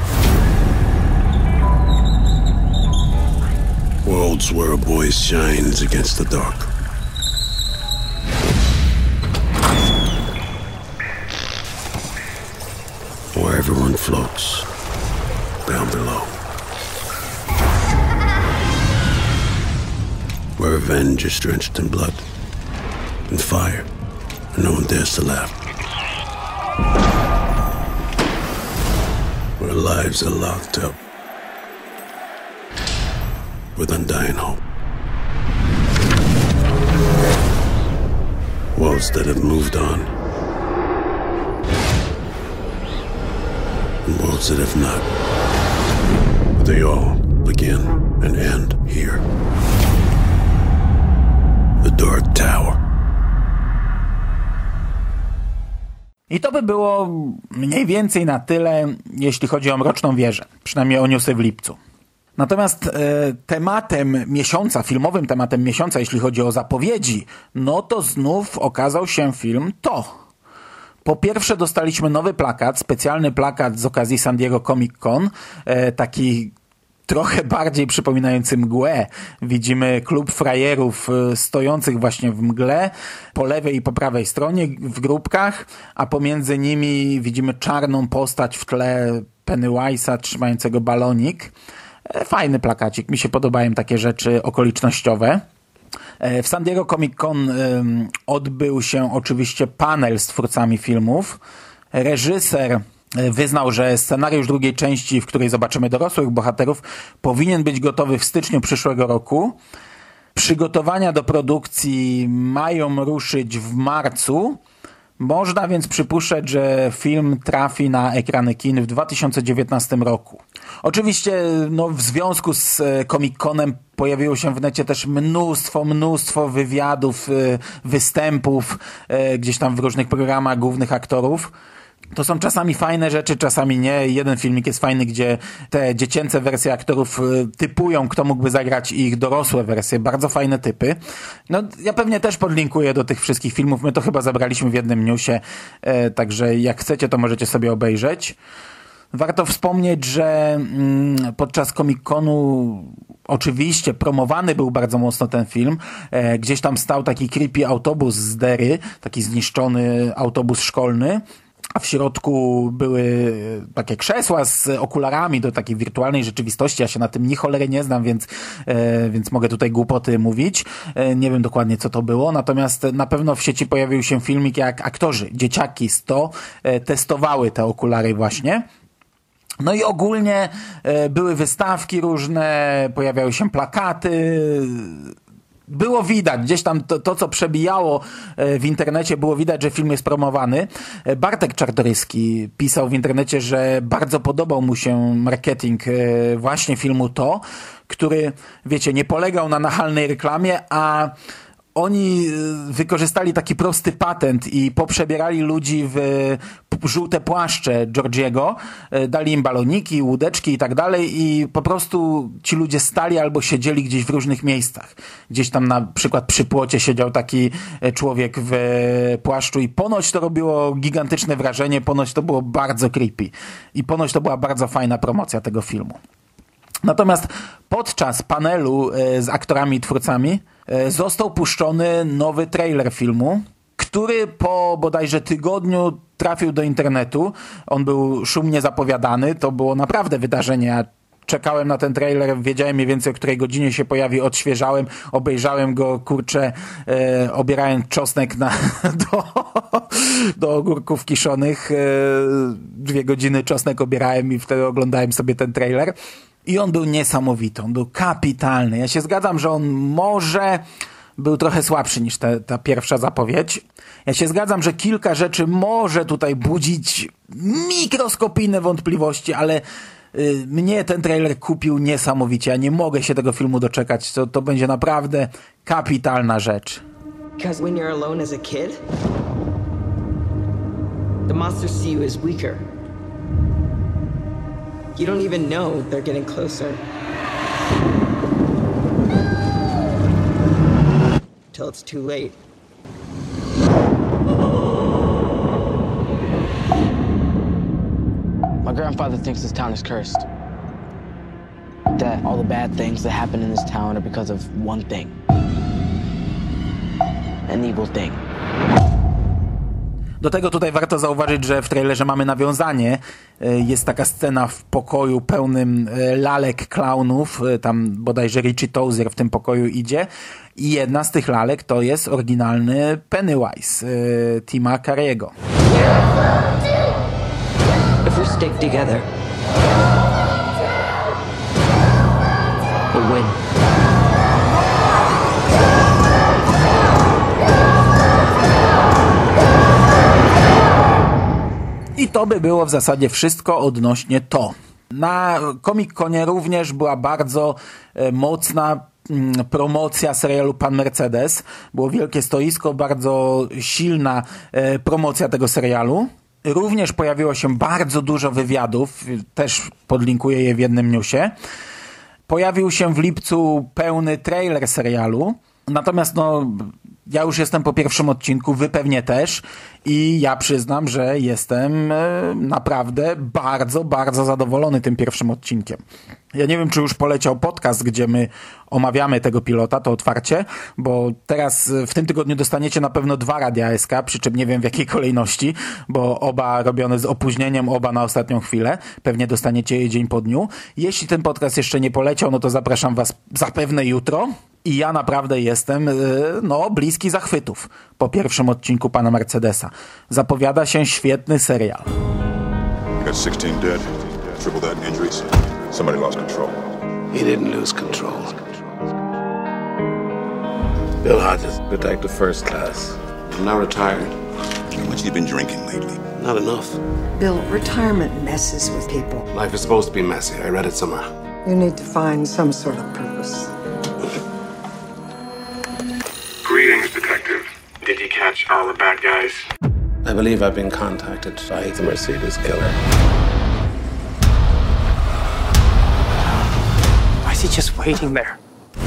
C: Worlds where a boy shines against the dark. Where everyone floats down below. Where revenge is drenched in blood and fire, and no one dares to laugh. Where lives are locked up with undying hope. Worlds that have moved on, and worlds that have not. But they all begin and end here. The Dark Tower.
A: I to by było mniej więcej na tyle, jeśli chodzi o Mroczną Wieżę. Przynajmniej o newsy w lipcu. Natomiast tematem miesiąca, filmowym tematem miesiąca, jeśli chodzi o zapowiedzi, no to znów okazał się film To. Po pierwsze dostaliśmy nowy plakat, specjalny plakat z okazji San Diego Comic Con, taki trochę bardziej przypominający mgłę. Widzimy klub frajerów stojących właśnie w mgle, po lewej i po prawej stronie w grupkach, a pomiędzy nimi widzimy czarną postać w tle Pennywise'a trzymającego balonik. Fajny plakacik, mi się podobają takie rzeczy okolicznościowe. W San Diego Comic Con odbył się oczywiście panel z twórcami filmów. Reżyser wyznał, że scenariusz drugiej części, w której zobaczymy dorosłych bohaterów, powinien być gotowy w styczniu przyszłego roku. Przygotowania do produkcji mają ruszyć w marcu. Można więc przypuszczać, że film trafi na ekrany kin w 2019 roku. Oczywiście w związku z Comic-Conem pojawiło się w necie też mnóstwo wywiadów, występów gdzieś tam w różnych programach głównych aktorów. To są czasami fajne rzeczy, czasami nie. Jeden filmik jest fajny, gdzie te dziecięce wersje aktorów typują, kto mógłby zagrać ich dorosłe wersje. Bardzo fajne typy. No, ja pewnie też podlinkuję do tych wszystkich filmów. My to chyba zabraliśmy w jednym newsie, także jak chcecie, to możecie sobie obejrzeć. Warto wspomnieć, że podczas Comic-Conu oczywiście promowany był bardzo mocno ten film. Gdzieś tam stał taki creepy autobus z Derry, taki zniszczony autobus szkolny, a w środku były takie krzesła z okularami do takiej wirtualnej rzeczywistości. Ja się na tym ni cholery nie znam, więc mogę tutaj głupoty mówić. Nie wiem dokładnie, co to było, natomiast na pewno w sieci pojawił się filmik, jak aktorzy, dzieciaki z To testowały te okulary właśnie. No i ogólnie były wystawki różne, pojawiały się plakaty. Było widać, gdzieś tam to, co przebijało w internecie, było widać, że film jest promowany. Bartek Czartoryski pisał w internecie, że bardzo podobał mu się marketing właśnie filmu To, który, wiecie, nie polegał na nachalnej reklamie, a oni wykorzystali taki prosty patent i poprzebierali ludzi w żółte płaszcze Georgiego, dali im baloniki, łódeczki i tak dalej i po prostu ci ludzie stali albo siedzieli gdzieś w różnych miejscach. Gdzieś tam na przykład przy płocie siedział taki człowiek w płaszczu i ponoć to robiło gigantyczne wrażenie, ponoć to było bardzo creepy i ponoć to była bardzo fajna promocja tego filmu. Natomiast podczas panelu z aktorami i twórcami został puszczony nowy trailer filmu, który po bodajże tygodniu trafił do internetu. On był szumnie zapowiadany, to było naprawdę wydarzenie. Ja czekałem na ten trailer, wiedziałem mniej więcej, o której godzinie się pojawi, odświeżałem, obejrzałem go, obierając czosnek do ogórków kiszonych. 2 godziny czosnek obierałem i wtedy oglądałem sobie ten trailer. I on był niesamowity, on był kapitalny. Ja się zgadzam, że on może był trochę słabszy niż ta pierwsza zapowiedź. Ja się zgadzam, że kilka rzeczy może tutaj budzić mikroskopijne wątpliwości, ale mnie ten trailer kupił niesamowicie. Ja nie mogę się tego filmu doczekać. To będzie naprawdę kapitalna rzecz.
K: Because when you're alone as a kid, monsters see you as weaker. You don't even know they're getting closer. Till it's too late.
L: My grandfather thinks this town is cursed. That all the bad things that happen in this town are because of one thing. An evil thing.
A: Do tego tutaj warto zauważyć, że w trailerze mamy nawiązanie. Jest taka scena w pokoju pełnym lalek klaunów. Tam bodajże Richie Tozier w tym pokoju idzie. I jedna z tych lalek to jest oryginalny Pennywise Tima Curry'ego.
K: If we stick together, we'll win.
A: I to by było w zasadzie wszystko odnośnie to. Na Comic-Conie również była bardzo mocna promocja serialu Pan Mercedes. Było wielkie stoisko, bardzo silna promocja tego serialu. Również pojawiło się bardzo dużo wywiadów, też podlinkuję je w jednym newsie. Pojawił się w lipcu pełny trailer serialu. Natomiast ja już jestem po pierwszym odcinku, wy pewnie też i ja przyznam, że jestem naprawdę bardzo, bardzo zadowolony tym pierwszym odcinkiem. Ja nie wiem, czy już poleciał podcast, gdzie my omawiamy tego pilota, to otwarcie, bo teraz w tym tygodniu dostaniecie na pewno 2 Radia SK, przy czym nie wiem w jakiej kolejności, bo oba robione z opóźnieniem, oba na ostatnią chwilę. Pewnie dostaniecie je dzień po dniu. Jeśli ten podcast jeszcze nie poleciał, no to zapraszam was zapewne jutro. I ja naprawdę jestem bliski zachwytów po pierwszym odcinku Pana Mercedesa. Zapowiada się świetny serial.
M: You got 16 dead, triple that in injuries. Somebody lost control.
C: He didn't lose control. Bill Hodges, detective first class. I'm now retired.
M: How much you been drinking lately?
C: Not enough.
N: Bill, retirement messes with people.
C: Life is supposed to be messy. I read it somewhere.
N: You need to find some sort of purpose.
O: Greetings, Detective. Did you catch all the bad guys?
C: I believe I've been contacted by the Mercedes killer.
L: Why is he just waiting there?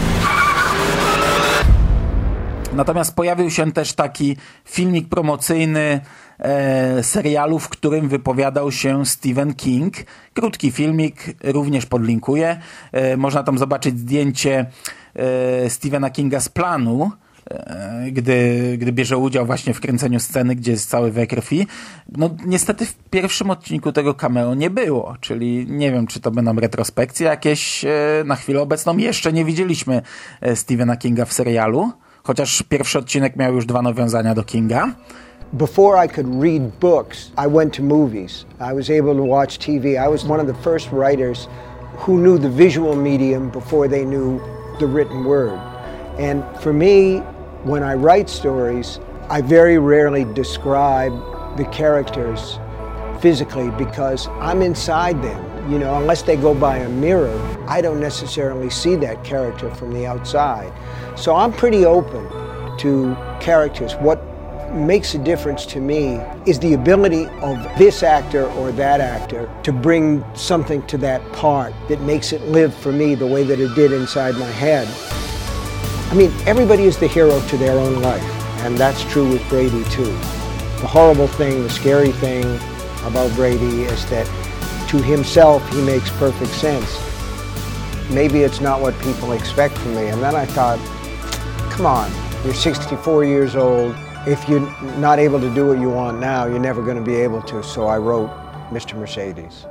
A: Natomiast pojawił się też taki filmik promocyjny serialu, w którym wypowiadał się Stephen King. Krótki filmik, również podlinkuję. Można tam zobaczyć zdjęcie Stephena Kinga z planu, gdy bierze udział właśnie w kręceniu sceny, gdzie jest cały we krwi. Niestety w pierwszym odcinku tego cameo nie było, czyli nie wiem, czy to będą retrospekcje jakieś na chwilę obecną. Jeszcze nie widzieliśmy Stephena Kinga w serialu, chociaż pierwszy odcinek miał już 2 nawiązania do Kinga.
D: Before I could read books, I went to movies. I was able to watch TV. I was one of the first writers who knew the visual medium before they knew the written word. And for me, when I write stories, I very rarely describe the characters physically because I'm inside them. You know, unless they go by a mirror, I don't necessarily see that character from the outside. So I'm pretty open to characters. What makes a difference to me is the ability of this actor or that actor to bring something to that part that makes it live for me the way that it did inside my head. I mean, everybody is the hero to their own life, and that's true with Brady too. The horrible thing, the scary thing about Brady is that to himself he makes perfect sense. Maybe it's not what people expect from me. And then I thought, come on, you're 64 years old. If you're not able to do what you want now, you're never going to be able to. So I wrote Mr. Mercedes.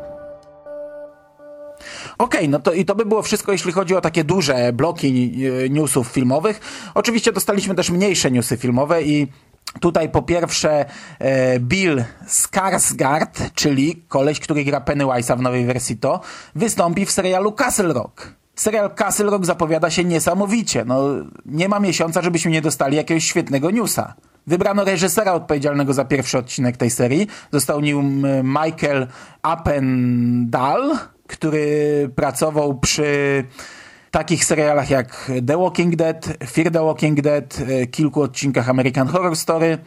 A: Okej, no to i to by było wszystko, jeśli chodzi o takie duże bloki newsów filmowych. Oczywiście dostaliśmy też mniejsze newsy filmowe i tutaj po pierwsze Bill Skarsgård, czyli koleś, który gra Pennywise'a w nowej wersji wystąpi w serialu Castle Rock. Serial Castle Rock zapowiada się niesamowicie. Nie ma miesiąca, żebyśmy nie dostali jakiegoś świetnego newsa. Wybrano reżysera odpowiedzialnego za pierwszy odcinek tej serii. Został nim Michael Appendal, który pracował przy takich serialach jak The Walking Dead, Fear the Walking Dead, kilku odcinkach American Horror Story.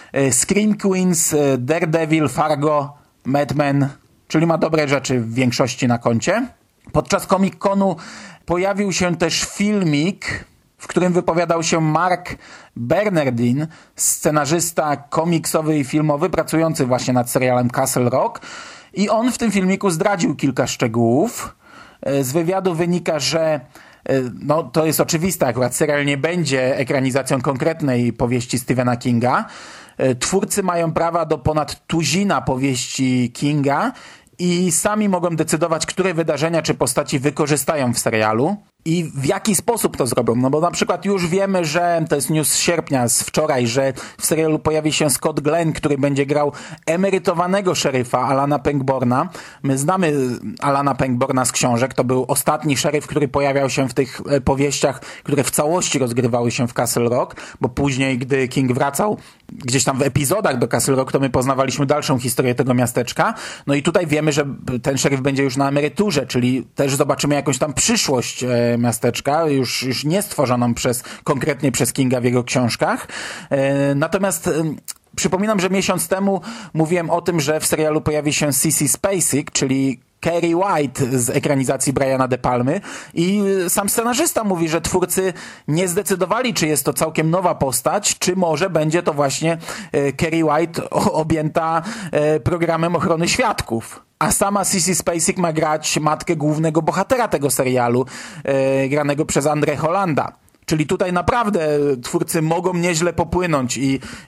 A: Scream Queens, Daredevil, Fargo, Mad Men, czyli ma dobre rzeczy w większości na koncie. Podczas Comic-Conu pojawił się też filmik, w którym wypowiadał się Mark Bernardin, scenarzysta komiksowy i filmowy, pracujący właśnie nad serialem Castle Rock. I on w tym filmiku zdradził kilka szczegółów. Z wywiadu wynika, że no, to jest oczywiste, akurat serial nie będzie ekranizacją konkretnej powieści Stephena Kinga. Twórcy mają prawa do ponad tuzina powieści Kinga i sami mogą decydować, które wydarzenia czy postaci wykorzystają w serialu i w jaki sposób to zrobią. No bo na przykład już wiemy, że to jest news z sierpnia, z wczoraj, że w serialu pojawi się Scott Glenn, który będzie grał emerytowanego szeryfa Alana Pangborna. My znamy Alana Pangborna z książek. To był ostatni szeryf, który pojawiał się w tych powieściach, które w całości rozgrywały się w Castle Rock, bo później, gdy King wracał gdzieś tam w epizodach do Castle Rock, to my poznawaliśmy dalszą historię tego miasteczka. No i tutaj wiemy, że ten szeryf będzie już na emeryturze, czyli też zobaczymy jakąś tam przyszłość miasteczka, już nie stworzoną konkretnie przez Kinga w jego książkach. Natomiast przypominam, że miesiąc temu mówiłem o tym, że w serialu pojawi się Sissy Spacek, czyli Carrie White z ekranizacji Briana De Palmy i sam scenarzysta mówi, że twórcy nie zdecydowali, czy jest to całkiem nowa postać, czy może będzie to właśnie Carrie White objęta programem ochrony świadków. A sama Sissy Spacek ma grać matkę głównego bohatera tego serialu, granego przez Andre Hollanda. Czyli tutaj naprawdę twórcy mogą nieźle popłynąć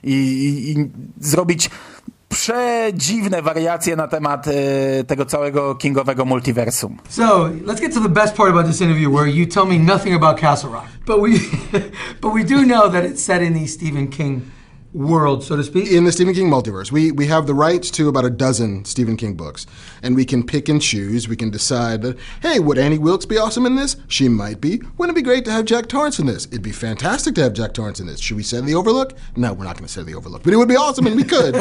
A: i zrobić przedziwne wariacje na temat tego całego kingowego multiversum.
P: So, let's get to the best part about this interview where you tell me nothing about Castle Rock. But we do know that it's set in the Stephen King world, so to speak.
Q: In the Stephen King multiverse. We have the rights to about a dozen Stephen King books, and we can pick and choose. We can decide that, hey, would Annie Wilkes be awesome in this? She might be. Wouldn't it be great to have Jack Torrance in this? It'd be fantastic to have Jack Torrance in this. Should we set The Overlook? No, we're not going to set The Overlook, but it would be awesome and we could.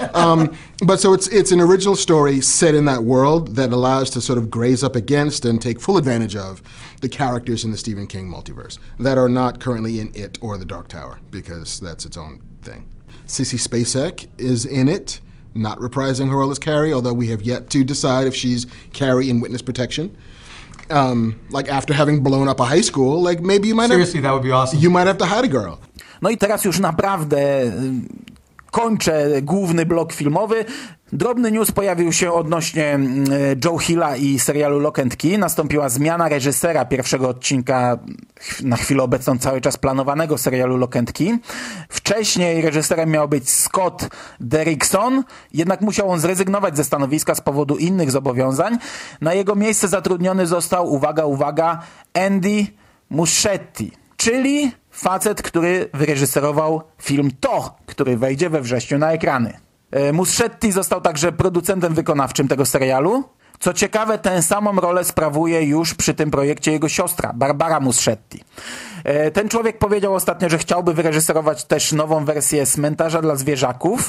Q: But so it's an original story set in that world that allows to sort of graze up against and take full advantage of the characters in the Stephen King multiverse that are not currently in It or The Dark Tower, because that's its own thing. Sissy Spacek is in it, not reprising her role as Carrie, although we have yet to decide if she's Carrie in Witness Protection. Like after having blown up a high school, like maybe you might
P: Seriously, that would be awesome.
Q: You might have to hide a girl.
A: No i teraz już naprawdę kończę główny blok filmowy. Drobny news pojawił się odnośnie Joe Hilla i serialu Lock and Key. Nastąpiła zmiana reżysera pierwszego odcinka na chwilę obecną cały czas planowanego serialu Lock and Key. Wcześniej reżyserem miał być Scott Derrickson, jednak musiał on zrezygnować ze stanowiska z powodu innych zobowiązań. Na jego miejsce zatrudniony został, uwaga, Andy Muschietti, czyli facet, który wyreżyserował film To, który wejdzie we wrześniu na ekrany. Muschietti został także producentem wykonawczym tego serialu. Co ciekawe, tę samą rolę sprawuje już przy tym projekcie jego siostra, Barbara Muschietti. Ten człowiek powiedział ostatnio, że chciałby wyreżyserować też nową wersję Cmentarza dla zwierzaków.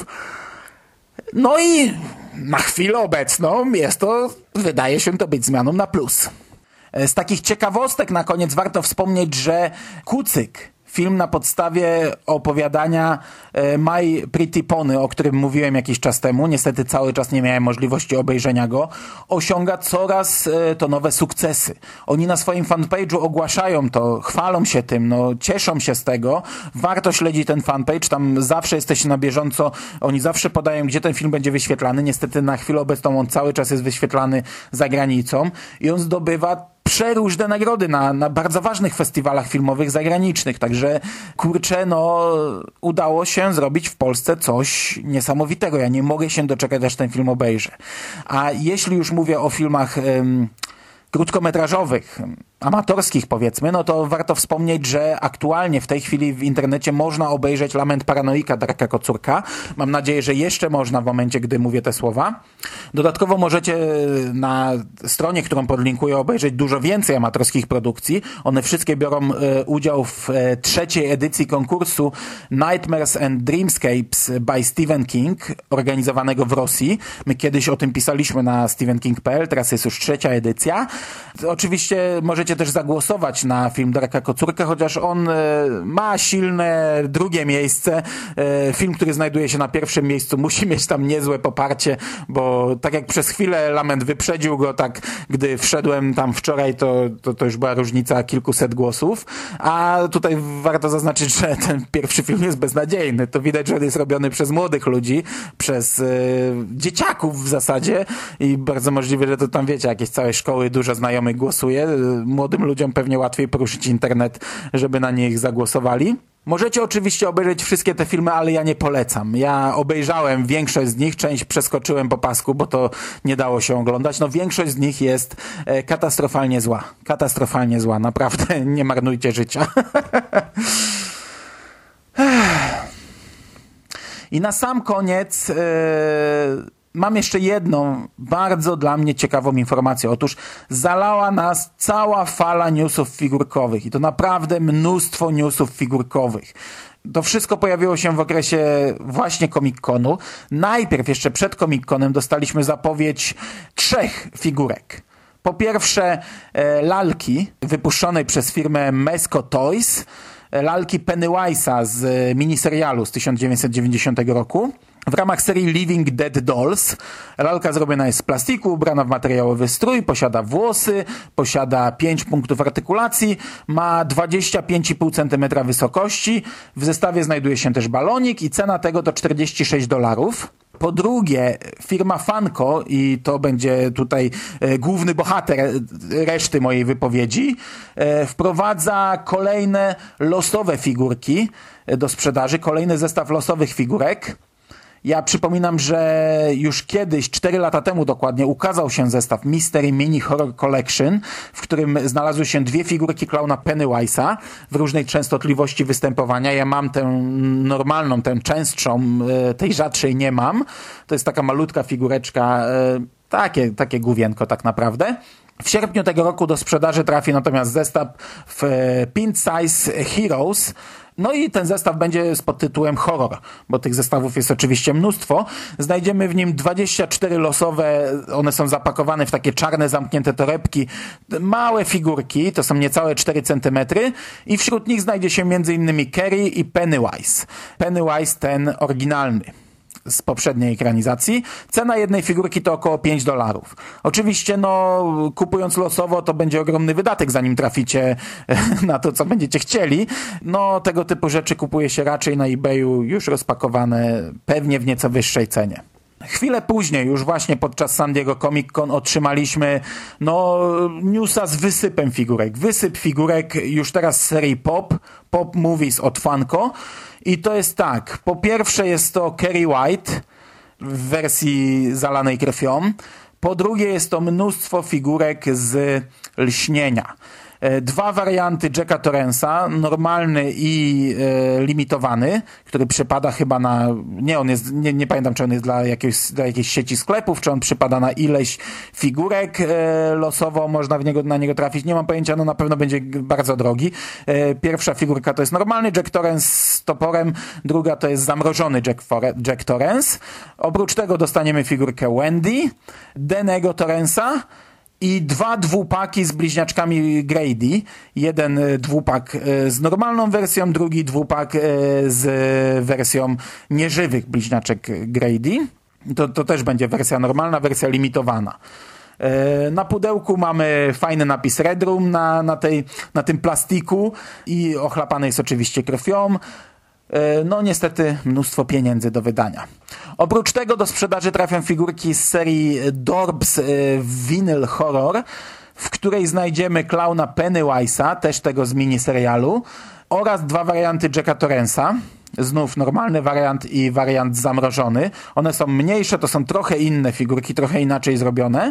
A: No i na chwilę obecną wydaje się to być zmianą na plus. Z takich ciekawostek na koniec warto wspomnieć, że Kucyk, film na podstawie opowiadania My Pretty Pony, o którym mówiłem jakiś czas temu, niestety cały czas nie miałem możliwości obejrzenia go, osiąga coraz to nowe sukcesy. Oni na swoim fanpage'u ogłaszają to, chwalą się tym, cieszą się z tego. Warto śledzić ten fanpage, tam zawsze jesteście na bieżąco, oni zawsze podają, gdzie ten film będzie wyświetlany. Niestety na chwilę obecną on cały czas jest wyświetlany za granicą i on zdobywa przeróżne nagrody na bardzo ważnych festiwalach filmowych zagranicznych. Także udało się zrobić w Polsce coś niesamowitego. Ja nie mogę się doczekać, aż ten film obejrzę. A jeśli już mówię o filmach krótkometrażowych, amatorskich powiedzmy, to warto wspomnieć, że aktualnie w tej chwili w internecie można obejrzeć Lament Paranoika Darka Kocurka. Mam nadzieję, że jeszcze można w momencie, gdy mówię te słowa. Dodatkowo możecie na stronie, którą podlinkuję, obejrzeć dużo więcej amatorskich produkcji. One wszystkie biorą udział w trzeciej edycji konkursu Nightmares and Dreamscapes by Stephen King, organizowanego w Rosji. My kiedyś o tym pisaliśmy na stephenking.pl, teraz jest już trzecia edycja. Oczywiście możecie możecie też zagłosować na film Darka Kocurkę, chociaż on ma silne drugie miejsce. Film, który znajduje się na pierwszym miejscu, musi mieć tam niezłe poparcie, bo tak jak przez chwilę Lament wyprzedził go, tak gdy wszedłem tam wczoraj, to już była różnica kilkuset głosów, a tutaj warto zaznaczyć, że ten pierwszy film jest beznadziejny. To widać, że on jest robiony przez młodych ludzi, przez dzieciaków w zasadzie i bardzo możliwe, że to tam, wiecie, jakieś całe szkoły, dużo znajomych głosuje. Młodym ludziom pewnie łatwiej poruszyć internet, żeby na nich zagłosowali. Możecie oczywiście obejrzeć wszystkie te filmy, ale ja nie polecam. Ja obejrzałem większość z nich, część przeskoczyłem po pasku, bo to nie dało się oglądać. No większość z nich jest katastrofalnie zła. Katastrofalnie zła, naprawdę nie marnujcie życia. I na sam koniec mam jeszcze jedną bardzo dla mnie ciekawą informację. Otóż zalała nas cała fala newsów figurkowych i to naprawdę mnóstwo newsów figurkowych. To wszystko pojawiło się w okresie właśnie Comic-Conu. Najpierw jeszcze przed Comic-Conem dostaliśmy zapowiedź 3 figurek. Po pierwsze lalki wypuszczonej przez firmę Mezco Toys, lalki Pennywise'a z miniserialu z 1990 roku. W ramach serii Living Dead Dolls lalka zrobiona jest z plastiku, ubrana w materiałowy strój, posiada włosy, posiada 5 punktów artykulacji, ma 25,5 cm wysokości. W zestawie znajduje się też balonik i cena tego to $46. Po drugie, firma Funko, i to będzie tutaj główny bohater reszty mojej wypowiedzi, wprowadza kolejne losowe figurki do sprzedaży, kolejny zestaw losowych figurek. Ja przypominam, że już kiedyś, 4 lata temu dokładnie, ukazał się zestaw Mystery Mini Horror Collection, w którym znalazły się 2 figurki klauna Pennywise'a w różnej częstotliwości występowania. Ja mam tę normalną, tę częstszą, tej rzadszej nie mam. To jest taka malutka figureczka, takie główienko tak naprawdę. W sierpniu tego roku do sprzedaży trafi natomiast zestaw w Pint Size Heroes. No i ten zestaw będzie z podtytułem Horror, bo tych zestawów jest oczywiście mnóstwo. Znajdziemy w nim 24 losowe, one są zapakowane w takie czarne, zamknięte torebki, małe figurki, to są niecałe 4 cm i wśród nich znajdzie się m.in. Carrie i Pennywise. Pennywise ten oryginalny z poprzedniej ekranizacji. Cena jednej figurki to około $5. Oczywiście, kupując losowo, to będzie ogromny wydatek, zanim traficie na to, co będziecie chcieli. Tego typu rzeczy kupuje się raczej na eBayu już rozpakowane, pewnie w nieco wyższej cenie. Chwilę później, już właśnie podczas San Diego Comic Con otrzymaliśmy newsa z wysypem figurek. Wysyp figurek już teraz z serii Pop Movies od Funko. I to jest tak, po pierwsze jest to Carrie White w wersji zalanej krwią. Po drugie jest to mnóstwo figurek z Lśnienia. 2 warianty Jacka Torrance'a, normalny i limitowany, który przypada chyba na... Nie pamiętam, czy on jest dla jakiejś sieci sklepów, czy on przypada na ileś figurek losowo, można na niego trafić. Nie mam pojęcia, na pewno będzie bardzo drogi. Pierwsza figurka to jest normalny Jack Torrance z toporem, druga to jest zamrożony Jack Torrance. Oprócz tego dostaniemy figurkę Wendy, Dennego Torrance'a i 2 dwupaki z bliźniaczkami Grady. Jeden dwupak z normalną wersją, drugi dwupak z wersją nieżywych bliźniaczek Grady. To też będzie wersja normalna, wersja limitowana. Na pudełku mamy fajny napis Red Room na tym plastiku i ochlapany jest oczywiście krwią. Niestety mnóstwo pieniędzy do wydania. Oprócz tego do sprzedaży trafią figurki z serii Dorbs Vinyl Horror, w której znajdziemy klauna Pennywise'a, też tego z miniserialu, oraz 2 warianty Jacka Torrance'a. Znów normalny wariant i wariant zamrożony. One są mniejsze, to są trochę inne figurki, trochę inaczej zrobione.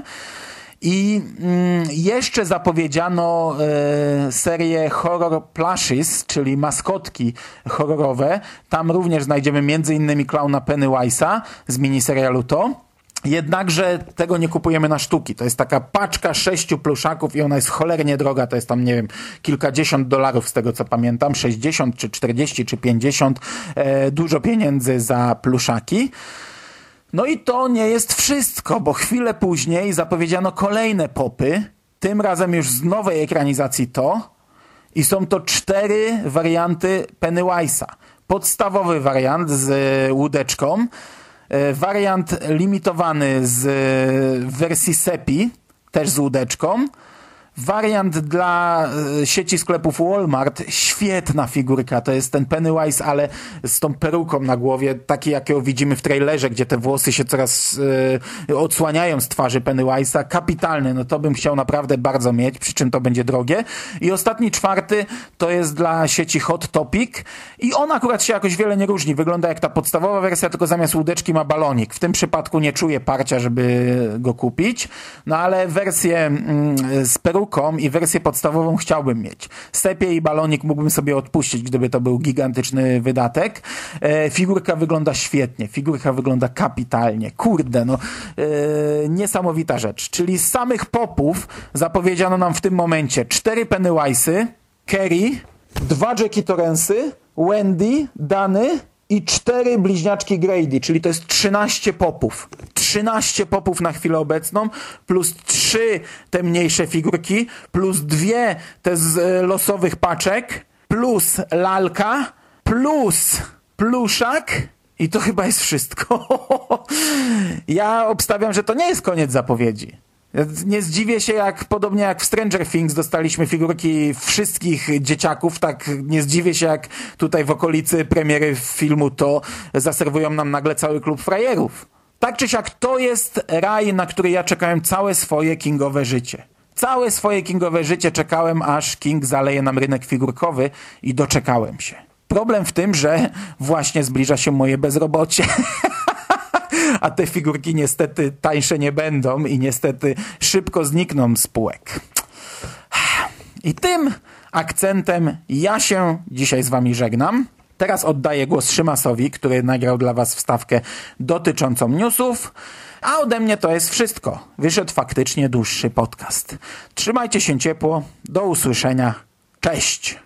A: I jeszcze zapowiedziano serię Horror Plushes, czyli maskotki horrorowe. Tam również znajdziemy m.in. klauna Pennywise'a z miniserialu To. Jednakże tego nie kupujemy na sztuki. To jest taka paczka 6 pluszaków i ona jest cholernie droga. To jest tam, kilkadziesiąt dolarów z tego co pamiętam. 60 czy 40 czy 50. Dużo pieniędzy za pluszaki. No i to nie jest wszystko, bo chwilę później zapowiedziano kolejne popy Tym razem już z nowej ekranizacji i są to 4 warianty Pennywise'a. Podstawowy wariant z łódeczką, wariant limitowany z wersji Seppi, też z łódeczką, wariant dla sieci sklepów Walmart, świetna figurka, to jest ten Pennywise, ale z tą peruką na głowie, taki jakiego widzimy w trailerze, gdzie te włosy się coraz odsłaniają z twarzy Pennywise'a, kapitalny, no to bym chciał naprawdę bardzo mieć, przy czym to będzie drogie. I ostatni 4 to jest dla sieci Hot Topic i on akurat się jakoś wiele nie różni, wygląda jak ta podstawowa wersja, tylko zamiast łódeczki ma balonik. W tym przypadku nie czuję parcia, żeby go kupić, no ale wersję z peruką i wersję podstawową chciałbym mieć. Sepie i balonik mógłbym sobie odpuścić, gdyby to był gigantyczny wydatek. Figurka wygląda świetnie, figurka wygląda kapitalnie. Kurde, no niesamowita rzecz. Czyli z samych popów zapowiedziano nam w tym momencie 4 Pennywise'y, Kerry, 2 Jackie Torrensy, Wendy, Dany i 4 bliźniaczki Grady, czyli to jest 13 popów. 13 popów na chwilę obecną, plus 3 te mniejsze figurki, plus 2 te z losowych paczek, plus lalka, plus pluszak i to chyba jest wszystko. Ja obstawiam, że to nie jest koniec zapowiedzi. Nie zdziwię się, jak podobnie jak w Stranger Things dostaliśmy figurki wszystkich dzieciaków, tak nie zdziwię się, jak tutaj w okolicy premiery filmu to zaserwują nam nagle cały klub frajerów. Tak czy siak, to jest raj, na który ja czekałem całe swoje kingowe życie. Całe swoje kingowe życie czekałem, aż King zaleje nam rynek figurkowy i doczekałem się. Problem w tym, że właśnie zbliża się moje bezrobocie. A te figurki niestety tańsze nie będą i niestety szybko znikną z półek. I tym akcentem ja się dzisiaj z wami żegnam. Teraz oddaję głos Szymasowi, który nagrał dla was wstawkę dotyczącą newsów, a ode mnie to jest wszystko. Wyszedł faktycznie dłuższy podcast. Trzymajcie się ciepło, do usłyszenia, cześć!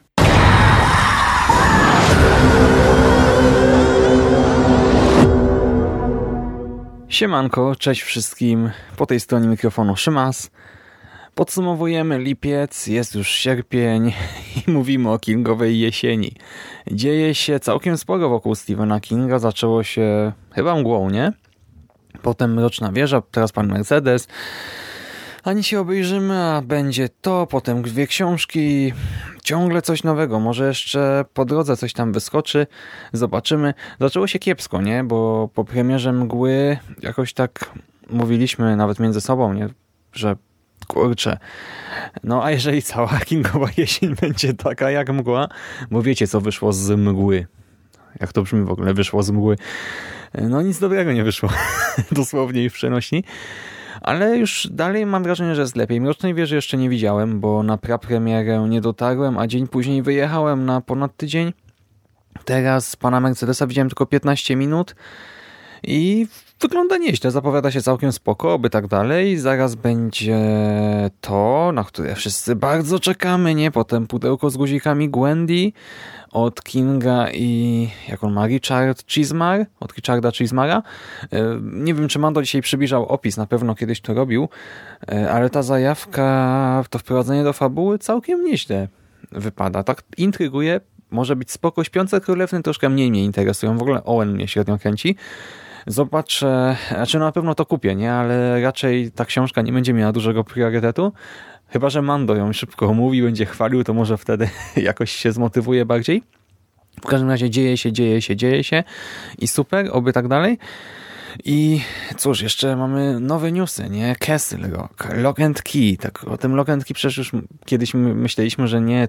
R: Siemanko, cześć wszystkim, po tej stronie mikrofonu Szymas. Podsumowujemy lipiec, jest już sierpień i mówimy o kingowej jesieni. Dzieje się całkiem sporo wokół Stephena Kinga, zaczęło się chyba Mgłą, nie? Potem Mroczna Wieża, teraz Pan Mercedes. Ani się obejrzymy, a będzie to, potem 2 książki, ciągle coś nowego, może jeszcze po drodze coś tam wyskoczy, zobaczymy. Zaczęło się kiepsko, nie? Bo po premierze Mgły jakoś tak mówiliśmy nawet między sobą, nie? Że kurczę, no a jeżeli cała kingowa jesień będzie taka jak Mgła, bo wiecie co wyszło z Mgły. Jak to brzmi w ogóle, wyszło z Mgły. No nic dobrego nie wyszło, dosłownie i w przenośni. Ale już dalej mam wrażenie, że jest lepiej. Mrocznej Wieży jeszcze nie widziałem, bo na prapremierę nie dotarłem, a dzień później wyjechałem na ponad tydzień. Teraz Pana Mercedesa widziałem tylko 15 minut i wygląda nieźle, zapowiada się całkiem spoko, oby tak dalej. Zaraz będzie to, na które wszyscy bardzo czekamy, nie? Potem pudełko z guzikami Gwendy od Kinga i jak on ma? Richard Chizmar? Od Richarda Chizmara. Nie wiem, czy Mando dzisiaj przybliżał opis, na pewno kiedyś to robił, ale ta zajawka, to wprowadzenie do fabuły całkiem nieźle wypada. Tak intryguje, może być spoko. Śpiące Królewny troszkę mniej mnie interesują, w ogóle Owen mnie średnio kręci. Zobaczę, znaczy na pewno to kupię, nie? Ale raczej ta książka nie będzie miała dużego priorytetu. Chyba że Mando ją szybko omówi, będzie chwalił, to może wtedy jakoś się zmotywuje bardziej. W każdym razie dzieje się i super, oby tak dalej. I cóż, jeszcze mamy nowe newsy, nie? Castle Rock, Lock and Key. Tak, o tym Lock and Key przecież już kiedyś myśleliśmy, że nie,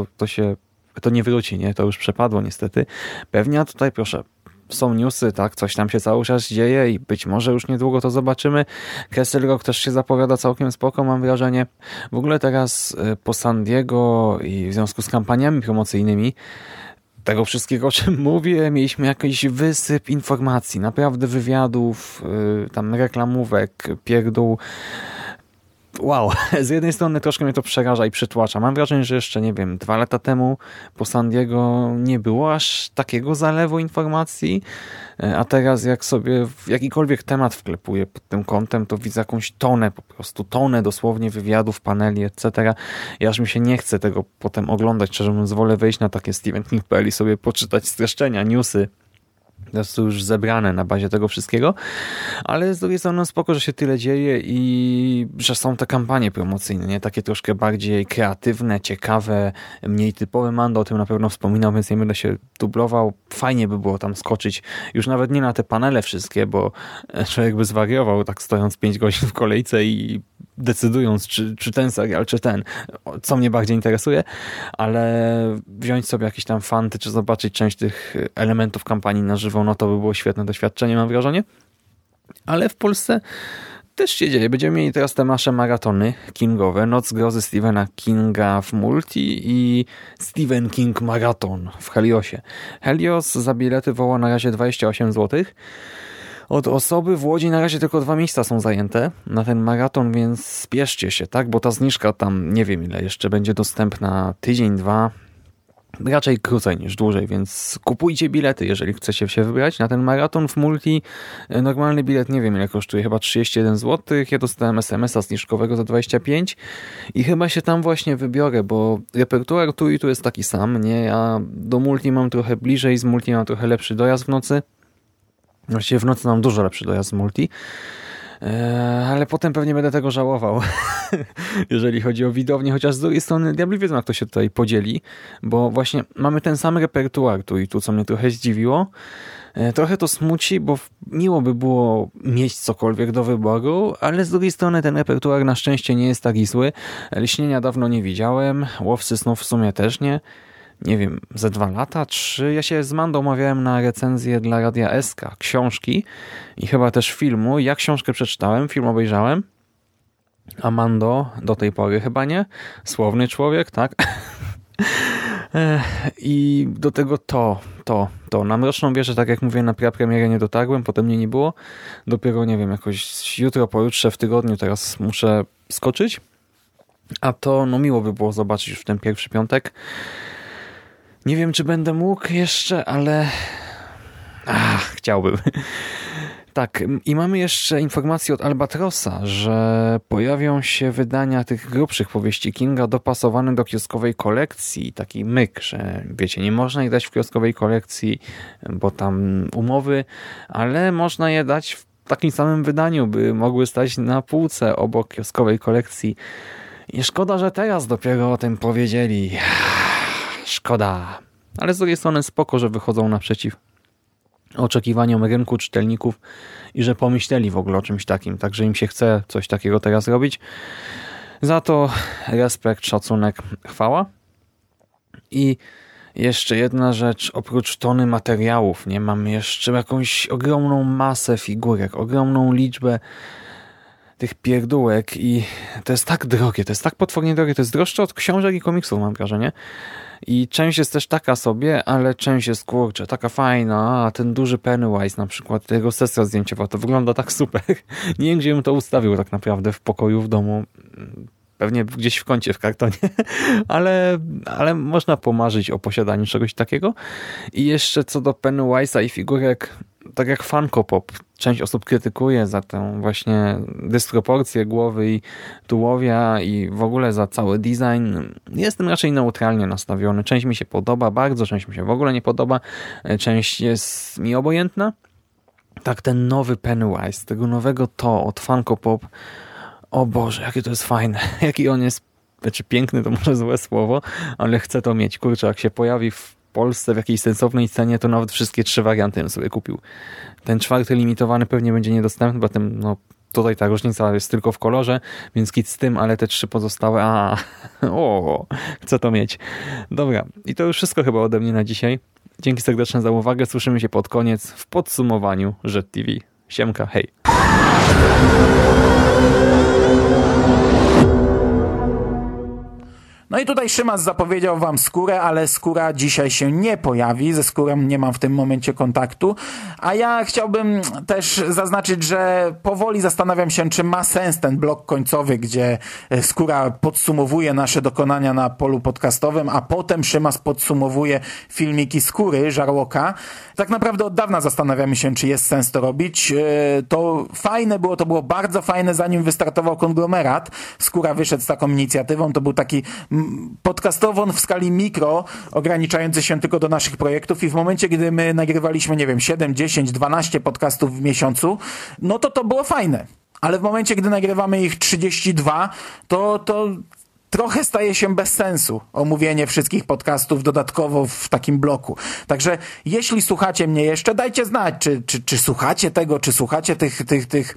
R: to nie wróci, nie? To już przepadło niestety. Pewnie, a tutaj proszę, są newsy, tak, coś tam się cały czas dzieje i być może już niedługo to zobaczymy. Castle Rock też się zapowiada całkiem spoko, mam wrażenie. W ogóle teraz po San Diego i w związku z kampaniami promocyjnymi tego wszystkiego, o czym mówię, mieliśmy jakiś wysyp informacji, naprawdę wywiadów, tam reklamówek, pierdół. wow, z jednej strony troszkę mnie to przeraża i przytłacza. Mam wrażenie, że jeszcze, nie wiem, 2 lata temu po San Diego nie było aż takiego zalewu informacji, a teraz jak sobie w jakikolwiek temat wklepuję pod tym kątem, to widzę jakąś tonę, po prostu tonę dosłownie wywiadów, paneli, etc. Ja aż mi się nie chce tego potem oglądać, szczerze mówiąc, wolę wejść na takie StephenKing.pl i sobie poczytać streszczenia, newsy, to są już zebrane na bazie tego wszystkiego, ale z drugiej strony spoko, że się tyle dzieje i że są te kampanie promocyjne, nie? Takie troszkę bardziej kreatywne, ciekawe, mniej typowe. Mando o tym na pewno wspominał, więc nie będę się dublował. Fajnie by było tam skoczyć, już nawet nie na te panele wszystkie, bo człowiek by zwariował tak stojąc 5 godzin w kolejce i decydując, czy ten serial, czy ten, co mnie bardziej interesuje, ale wziąć sobie jakieś tam fanty, czy zobaczyć część tych elementów kampanii na żywo, no to by było świetne doświadczenie, mam wrażenie. Ale w Polsce też się dzieje. Będziemy mieli teraz te nasze maratony kingowe, Noc grozy Stephena Kinga w Multi i Stephen King Maraton w Heliosie. Helios za bilety woła na razie 28 zł. Od osoby w Łodzi na razie tylko 2 miejsca są zajęte na ten maraton, więc spieszcie się, tak? Bo ta zniżka tam nie wiem ile jeszcze będzie dostępna, tydzień, 2, raczej krócej niż dłużej, więc kupujcie bilety, jeżeli chcecie się wybrać na ten maraton w Multi. Normalny bilet nie wiem ile kosztuje, chyba 31 zł. Ja dostałem SMS-a zniżkowego za 25 i chyba się tam właśnie wybiorę, bo repertuar tu i tu jest taki sam, nie? Ja do Multi mam trochę bliżej, z Multi mam trochę lepszy dojazd w nocy. Właściwie w nocy mam dużo lepszy dojazd z Multi, ale potem pewnie będę tego żałował, jeżeli chodzi o widownię, chociaż z drugiej strony diabli wiedzą, jak to się tutaj podzieli, bo właśnie mamy ten sam repertuar tu i tu, co mnie trochę zdziwiło. Trochę to smuci, bo miło by było mieć cokolwiek do wyboru, ale z drugiej strony ten repertuar na szczęście nie jest taki zły. Lśnienia dawno nie widziałem, Łowcy snów w sumie też nie. Nie wiem, ze 2 lata, 3. Ja się z Mandą umawiałem na recenzję dla Radia SK, książki i chyba też filmu. Ja książkę przeczytałem, film obejrzałem, a Mando do tej pory chyba nie. Słowny człowiek, tak? I do tego to. Na Mroczną Wieżę, tak jak mówię, na premierę nie dotarłem, potem mnie nie było. Dopiero, nie wiem, jakoś jutro, pojutrze, w tygodniu teraz muszę skoczyć. A to, no miło by było zobaczyć już w ten pierwszy piątek. Nie wiem, czy będę mógł jeszcze, ale chciałbym. Tak, i mamy jeszcze informację od Albatrosa, że pojawią się wydania tych grubszych powieści Kinga dopasowane do kioskowej kolekcji. Taki myk, że wiecie, nie można je dać w kioskowej kolekcji, bo tam umowy, ale można je dać w takim samym wydaniu, by mogły stać na półce obok kioskowej kolekcji. I szkoda, że teraz dopiero o tym powiedzieli. Szkoda. Ale z drugiej strony spoko, że wychodzą naprzeciw oczekiwaniom rynku czytelników i że pomyśleli w ogóle o czymś takim. Także im się chce coś takiego teraz robić. Za to respekt, szacunek, chwała. I jeszcze jedna rzecz. Oprócz tony materiałów, nie mamy jeszcze jakąś ogromną masę figurek, ogromną liczbę tych pierdółek i to jest tak drogie, to jest tak potwornie drogie, to jest droższe od książek i komiksów, mam wrażenie. I część jest też taka sobie, ale część jest, kurczę, taka fajna, a ten duży Pennywise na przykład, jego sesja zdjęciowa, to wygląda tak super. Nie wiem, gdzie bym to ustawił tak naprawdę w pokoju, w domu. Pewnie gdzieś w kącie w kartonie, ale można pomarzyć o posiadaniu czegoś takiego. I jeszcze co do Pennywise'a i figurek, tak jak Funko Pop, część osób krytykuje za tę właśnie dysproporcję głowy i tułowia i w ogóle za cały design. Jestem raczej neutralnie nastawiony. Część mi się podoba bardzo, część mi się w ogóle nie podoba, część jest mi obojętna. Tak ten nowy Pennywise, tego nowego od Funko Pop, o Boże, jakie to jest fajne, jaki on jest, znaczy piękny to może złe słowo, ale chcę to mieć. Kurczę, jak się pojawi w Polsce w jakiejś sensownej cenie, to nawet wszystkie 3 warianty bym sobie kupił. Ten 4. limitowany pewnie będzie niedostępny, bo tym, no tutaj ta różnica jest tylko w kolorze, więc kit z tym, ale te 3 pozostałe, chcę to mieć. Dobra, i to już wszystko chyba ode mnie na dzisiaj. Dzięki serdeczne za uwagę, słyszymy się pod koniec w podsumowaniu Jet TV. Siemka, hej!
A: No i tutaj Szymas zapowiedział wam Skórę, ale Skóra dzisiaj się nie pojawi. Ze Skórą nie mam w tym momencie kontaktu. A ja chciałbym też zaznaczyć, że powoli zastanawiam się, czy ma sens ten blok końcowy, gdzie Skóra podsumowuje nasze dokonania na polu podcastowym, a potem Szymas podsumowuje filmiki Skóry, Żarłoka. Tak naprawdę od dawna zastanawiamy się, czy jest sens to robić. To fajne było, to było bardzo fajne, zanim wystartował konglomerat. Skóra wyszedł z taką inicjatywą, to był taki podcastowon w skali mikro, ograniczający się tylko do naszych projektów i w momencie, gdy my nagrywaliśmy, nie wiem, 7, 10, 12 podcastów w miesiącu, no to było fajne. Ale w momencie, gdy nagrywamy ich 32, to trochę staje się bez sensu omówienie wszystkich podcastów dodatkowo w takim bloku. Także jeśli słuchacie mnie jeszcze, dajcie znać, czy słuchacie tego, czy słuchacie tych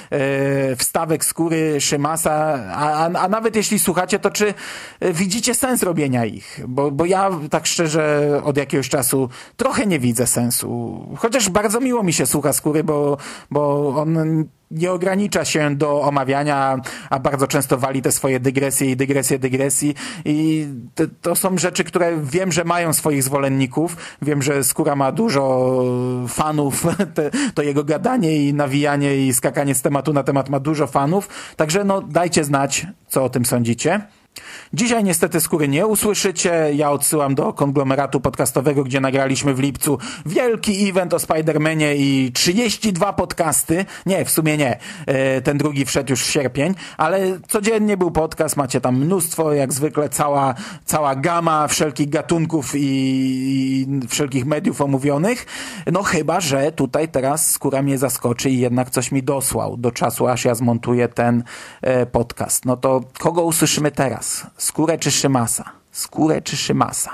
A: wstawek Skóry, Szymasa, a nawet jeśli słuchacie, to czy widzicie sens robienia ich? Bo ja tak szczerze od jakiegoś czasu trochę nie widzę sensu. Chociaż bardzo miło mi się słucha Skóry, bo on nie ogranicza się do omawiania, a bardzo często wali te swoje dygresje i dygresji i to są rzeczy, które wiem, że mają swoich zwolenników. Wiem, że Skóra ma dużo fanów. To jego gadanie i nawijanie i skakanie z tematu na temat ma dużo fanów. Także dajcie znać, co o tym sądzicie. Dzisiaj niestety Skóry nie usłyszycie. Ja odsyłam do konglomeratu podcastowego, gdzie nagraliśmy w lipcu wielki event o Spider-Manie i 32 podcasty. Nie, w sumie nie. Ten drugi wszedł już w sierpień, ale codziennie był podcast. Macie tam mnóstwo, jak zwykle cała gama wszelkich gatunków i wszelkich mediów omówionych. No chyba, że tutaj teraz Skóra mnie zaskoczy i jednak coś mi dosłał do czasu, aż ja zmontuję ten podcast. No to kogo usłyszymy teraz? Skórę czy Szymasa? Skórę czy Szymasa?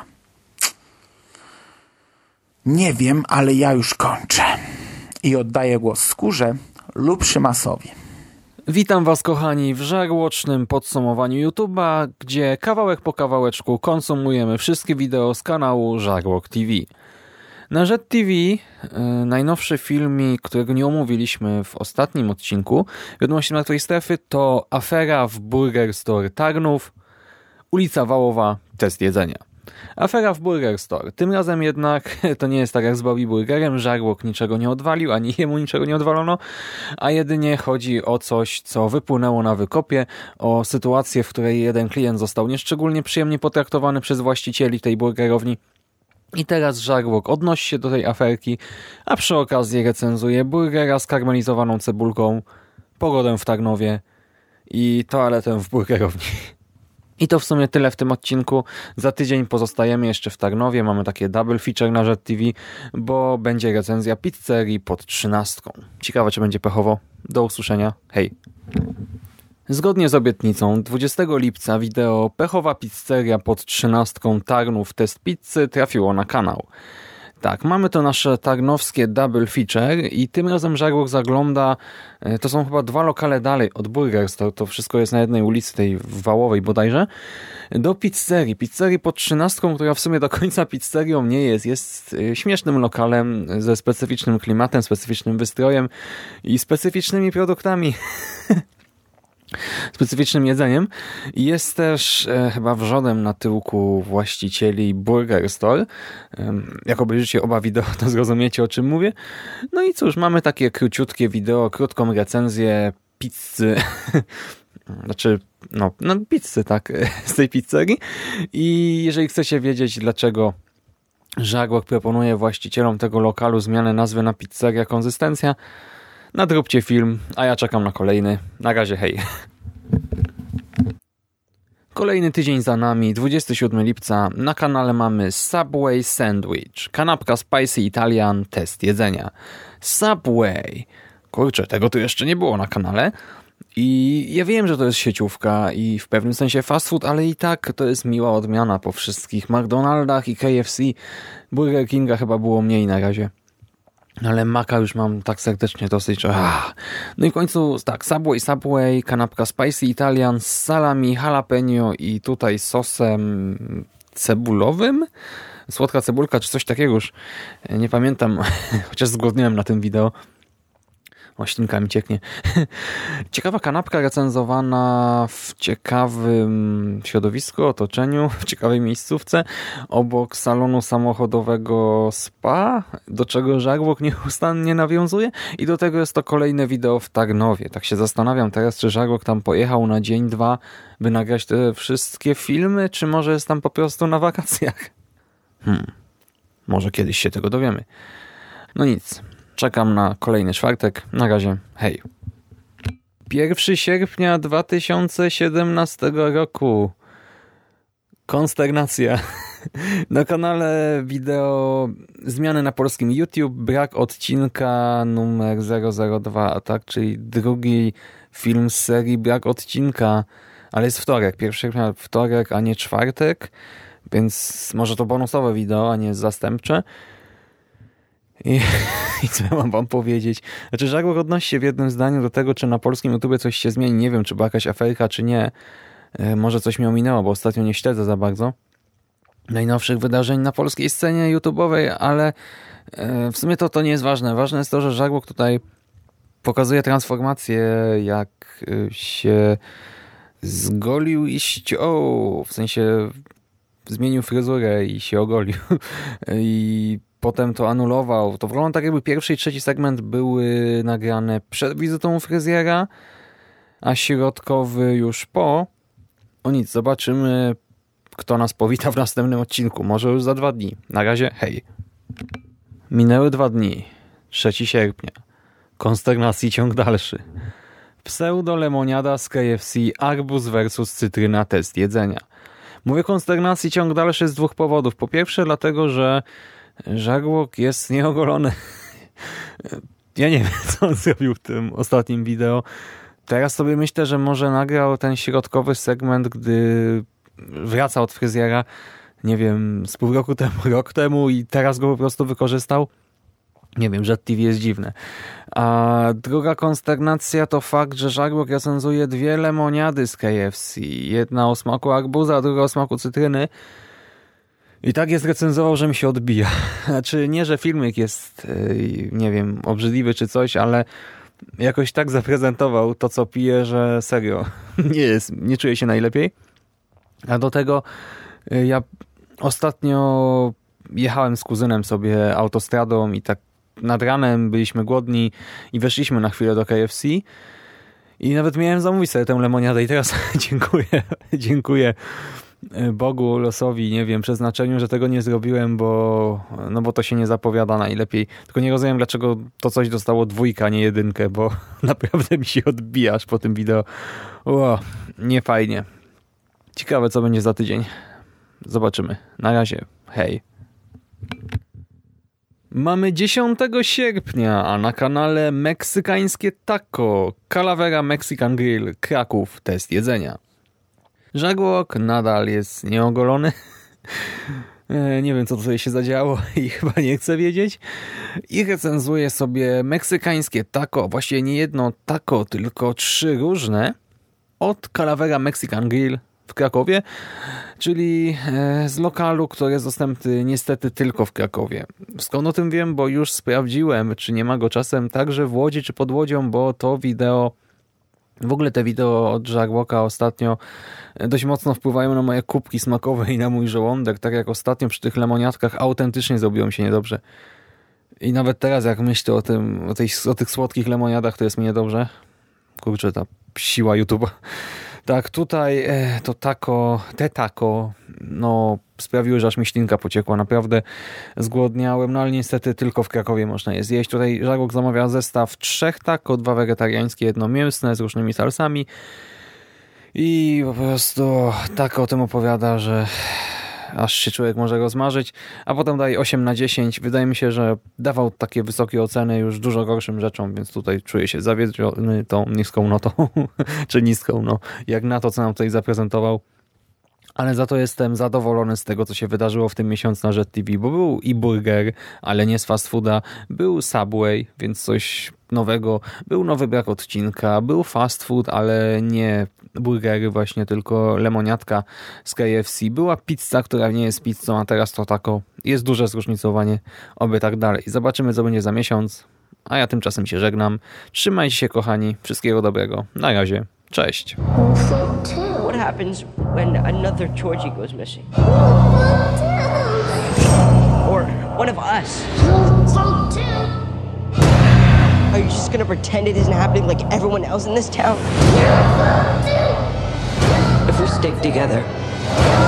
A: Nie wiem, ale ja już kończę. I oddaję głos Skórze lub Szymasowi.
R: Witam was, kochani, w żarłocznym podsumowaniu YouTube'a, gdzie kawałek po kawałeczku konsumujemy wszystkie wideo z kanału Żarłok TV. Na Jet TV najnowszy filmik, którego nie omówiliśmy w ostatnim odcinku Wiadomości Martwej Strefy, to Afera w Burger Store Tarnów, ulica Wałowa, test jedzenia. Afera w Burger Store. Tym razem jednak to nie jest tak jak z Bobby Burgerem, Żarłok niczego nie odwalił, ani jemu niczego nie odwalono, a jedynie chodzi o coś, co wypłynęło na wykopie, o sytuację, w której jeden klient został nieszczególnie przyjemnie potraktowany przez właścicieli tej burgerowni. I teraz Żarłok odnosi się do tej aferki, a przy okazji recenzuje burgera z karmelizowaną cebulką, pogodę w Tarnowie i toaletę w burgerowni. I to w sumie tyle w tym odcinku. Za tydzień pozostajemy jeszcze w Tarnowie. Mamy takie double feature na Jet TV, bo będzie recenzja pizzerii pod 13. Ciekawe, czy będzie pechowo. Do usłyszenia. Hej! Zgodnie z obietnicą 20 lipca wideo Pechowa pizzeria pod 13 Tarnów test pizzy trafiło na kanał. Tak, mamy to nasze tarnowskie double feature i tym razem Żarłok zagląda, to są chyba 2 lokale dalej od Burger Store, to wszystko jest na jednej ulicy, tej Wałowej bodajże, do pizzerii pod 13, która w sumie do końca pizzerią nie jest śmiesznym lokalem ze specyficznym klimatem, specyficznym wystrojem i specyficznymi produktami. Specyficznym jedzeniem. Jest też chyba wrzodem na tyłku właścicieli Burger Store. Jak obejrzycie oba wideo, to zrozumiecie, o czym mówię. No i cóż, mamy takie króciutkie wideo, krótką recenzję pizzy. Znaczy, pizzy, tak, z tej pizzerii. I jeżeli chcecie wiedzieć, dlaczego Żarłok proponuje właścicielom tego lokalu zmianę nazwy na pizzeria Konsystencja, nadróbcie film, a ja czekam na kolejny. Na razie, hej. Kolejny tydzień za nami, 27 lipca. Na kanale mamy Subway Sandwich, kanapka Spicy Italian, test jedzenia. Subway. Kurczę, tego tu jeszcze nie było na kanale. I ja wiem, że to jest sieciówka i w pewnym sensie fast food, ale i tak to jest miła odmiana po wszystkich McDonaldach i KFC. Burger Kinga chyba było mniej na razie. Ale Maka już mam tak serdecznie dosyć, że... No i w końcu tak, Subway, kanapka Spicy Italian z salami, jalapeno i tutaj sosem cebulowym? Słodka cebulka czy coś takiego już. Nie pamiętam, chociaż zgłodniałem na tym wideo. O, ślinka mi cieknie. Ciekawa kanapka recenzowana w ciekawym środowisku, otoczeniu, w ciekawej miejscówce, obok salonu samochodowego spa, do czego Żarłok nieustannie nawiązuje i do tego jest to kolejne wideo w Tarnowie. Tak się zastanawiam teraz, czy Żarłok tam pojechał na dzień, 2, by nagrać te wszystkie filmy, czy może jest tam po prostu na wakacjach? Może kiedyś się tego dowiemy. No nic. Czekam na kolejny czwartek. Na razie, hej. 1 sierpnia 2017 roku. Konsternacja. Na kanale wideo zmiany na polskim YouTube, brak odcinka numer 002, tak? Czyli drugi film z serii brak odcinka, ale jest wtorek. 1 sierpnia wtorek, a nie czwartek, więc może to bonusowe wideo, a nie zastępcze. I co ja mam wam powiedzieć? Znaczy, Żarłok odnosi się w jednym zdaniu do tego, czy na polskim YouTube coś się zmieni. Nie wiem, czy była jakaś aferka, czy nie. Może coś mnie ominęło, bo ostatnio nie śledzę za bardzo najnowszych wydarzeń na polskiej scenie YouTube'owej, ale w sumie to nie jest ważne. Ważne jest to, że Żarłok tutaj pokazuje transformację, jak się zgolił i ściął. W sensie zmienił fryzurę i się ogolił. I potem to anulował. To wygląda tak, jakby pierwszy i trzeci segment były nagrane przed wizytą u fryzjera, a środkowy już po. O nic, zobaczymy, kto nas powita w następnym odcinku. Może już za 2 dni. Na razie, hej. Minęły 2 dni. 3 sierpnia. Konsternacji ciąg dalszy. Pseudo-lemoniada z KFC, arbuz versus cytryna, test jedzenia. Mówię konsternacji ciąg dalszy z 2 powodów. Po pierwsze dlatego, że Żarłok jest nieogolony. Ja nie wiem, co on zrobił w tym ostatnim wideo. Teraz sobie myślę, że może nagrał ten środkowy segment, gdy wraca od fryzjera, nie wiem, z pół roku temu, rok temu i teraz go po prostu wykorzystał. Nie wiem, że TV jest dziwne. A druga konsternacja to fakt, że Żarłok recenzuje 2 lemoniady z KFC. Jedna o smaku arbuza, a druga o smaku cytryny. I tak jest recenzował, że mi się odbija. Znaczy nie, że filmik jest, nie wiem, obrzydliwy czy coś, ale jakoś tak zaprezentował to, co pije, że serio, nie czuję się najlepiej. A do tego ja ostatnio jechałem z kuzynem sobie autostradą i tak nad ranem byliśmy głodni i weszliśmy na chwilę do KFC i nawet miałem zamówić sobie tę lemoniadę i teraz dziękuję Bogu, losowi, nie wiem, przeznaczeniu, że tego nie zrobiłem, bo to się nie zapowiada najlepiej. Tylko nie rozumiem, dlaczego to coś dostało 2, a nie 1, bo naprawdę mi się odbijasz po tym wideo. Nie fajnie. Ciekawe, co będzie za tydzień. Zobaczymy. Na razie. Hej. Mamy 10 sierpnia, a na kanale Meksykańskie Taco, Calavera Mexican Grill, Kraków, test jedzenia. Żarłok nadal jest nieogolony. Nie wiem, co tutaj się zadziało i chyba nie chcę wiedzieć. I recenzuje sobie meksykańskie taco, właściwie nie jedno taco, tylko 3 różne od Calavera Mexican Grill w Krakowie, czyli z lokalu, który jest dostępny niestety tylko w Krakowie. Skąd o tym wiem? Bo już sprawdziłem, czy nie ma go czasem także w Łodzi czy pod Łodzią, bo to wideo, w ogóle te wideo od Żarłoka ostatnio dość mocno wpływają na moje kubki smakowe i na mój żołądek, tak jak ostatnio przy tych lemoniatkach autentycznie zrobiło mi się niedobrze. I nawet teraz jak myślę o tych słodkich lemoniadach, to jest mi niedobrze. Kurczę, ta siła YouTube'a. Tak, tutaj te taco, sprawiły, że aż mi ślinka pociekła. Naprawdę zgłodniałem, ale niestety tylko w Krakowie można je zjeść. Tutaj Żarłok zamawia zestaw 3 taco, 2 wegetariańskie, 1 mięsne z różnymi salsami. I po prostu tak o tym opowiada, że aż się człowiek może rozmarzyć, a potem daje 8/10. Wydaje mi się, że dawał takie wysokie oceny już dużo gorszym rzeczom, więc tutaj czuję się zawiedziony tą niską notą, czy niską, jak na to, co nam tutaj zaprezentował. Ale za to jestem zadowolony z tego, co się wydarzyło w tym miesiącu na Jet TV, bo był i burger, ale nie z fast fooda, był Subway, więc coś nowego, był nowy brak odcinka, był fast food, ale nie burgery właśnie, tylko lemoniatka z KFC, była pizza, która nie jest pizzą, a teraz to taco. Jest duże zróżnicowanie, oby tak dalej. Zobaczymy, co będzie za miesiąc, A ja tymczasem się żegnam. Trzymajcie się, kochani. Wszystkiego dobrego. Na razie. Cześć.
K: What happens when another Georgie goes missing? Or one of us? Are you just gonna pretend it isn't happening like everyone else in this town? If we stick together,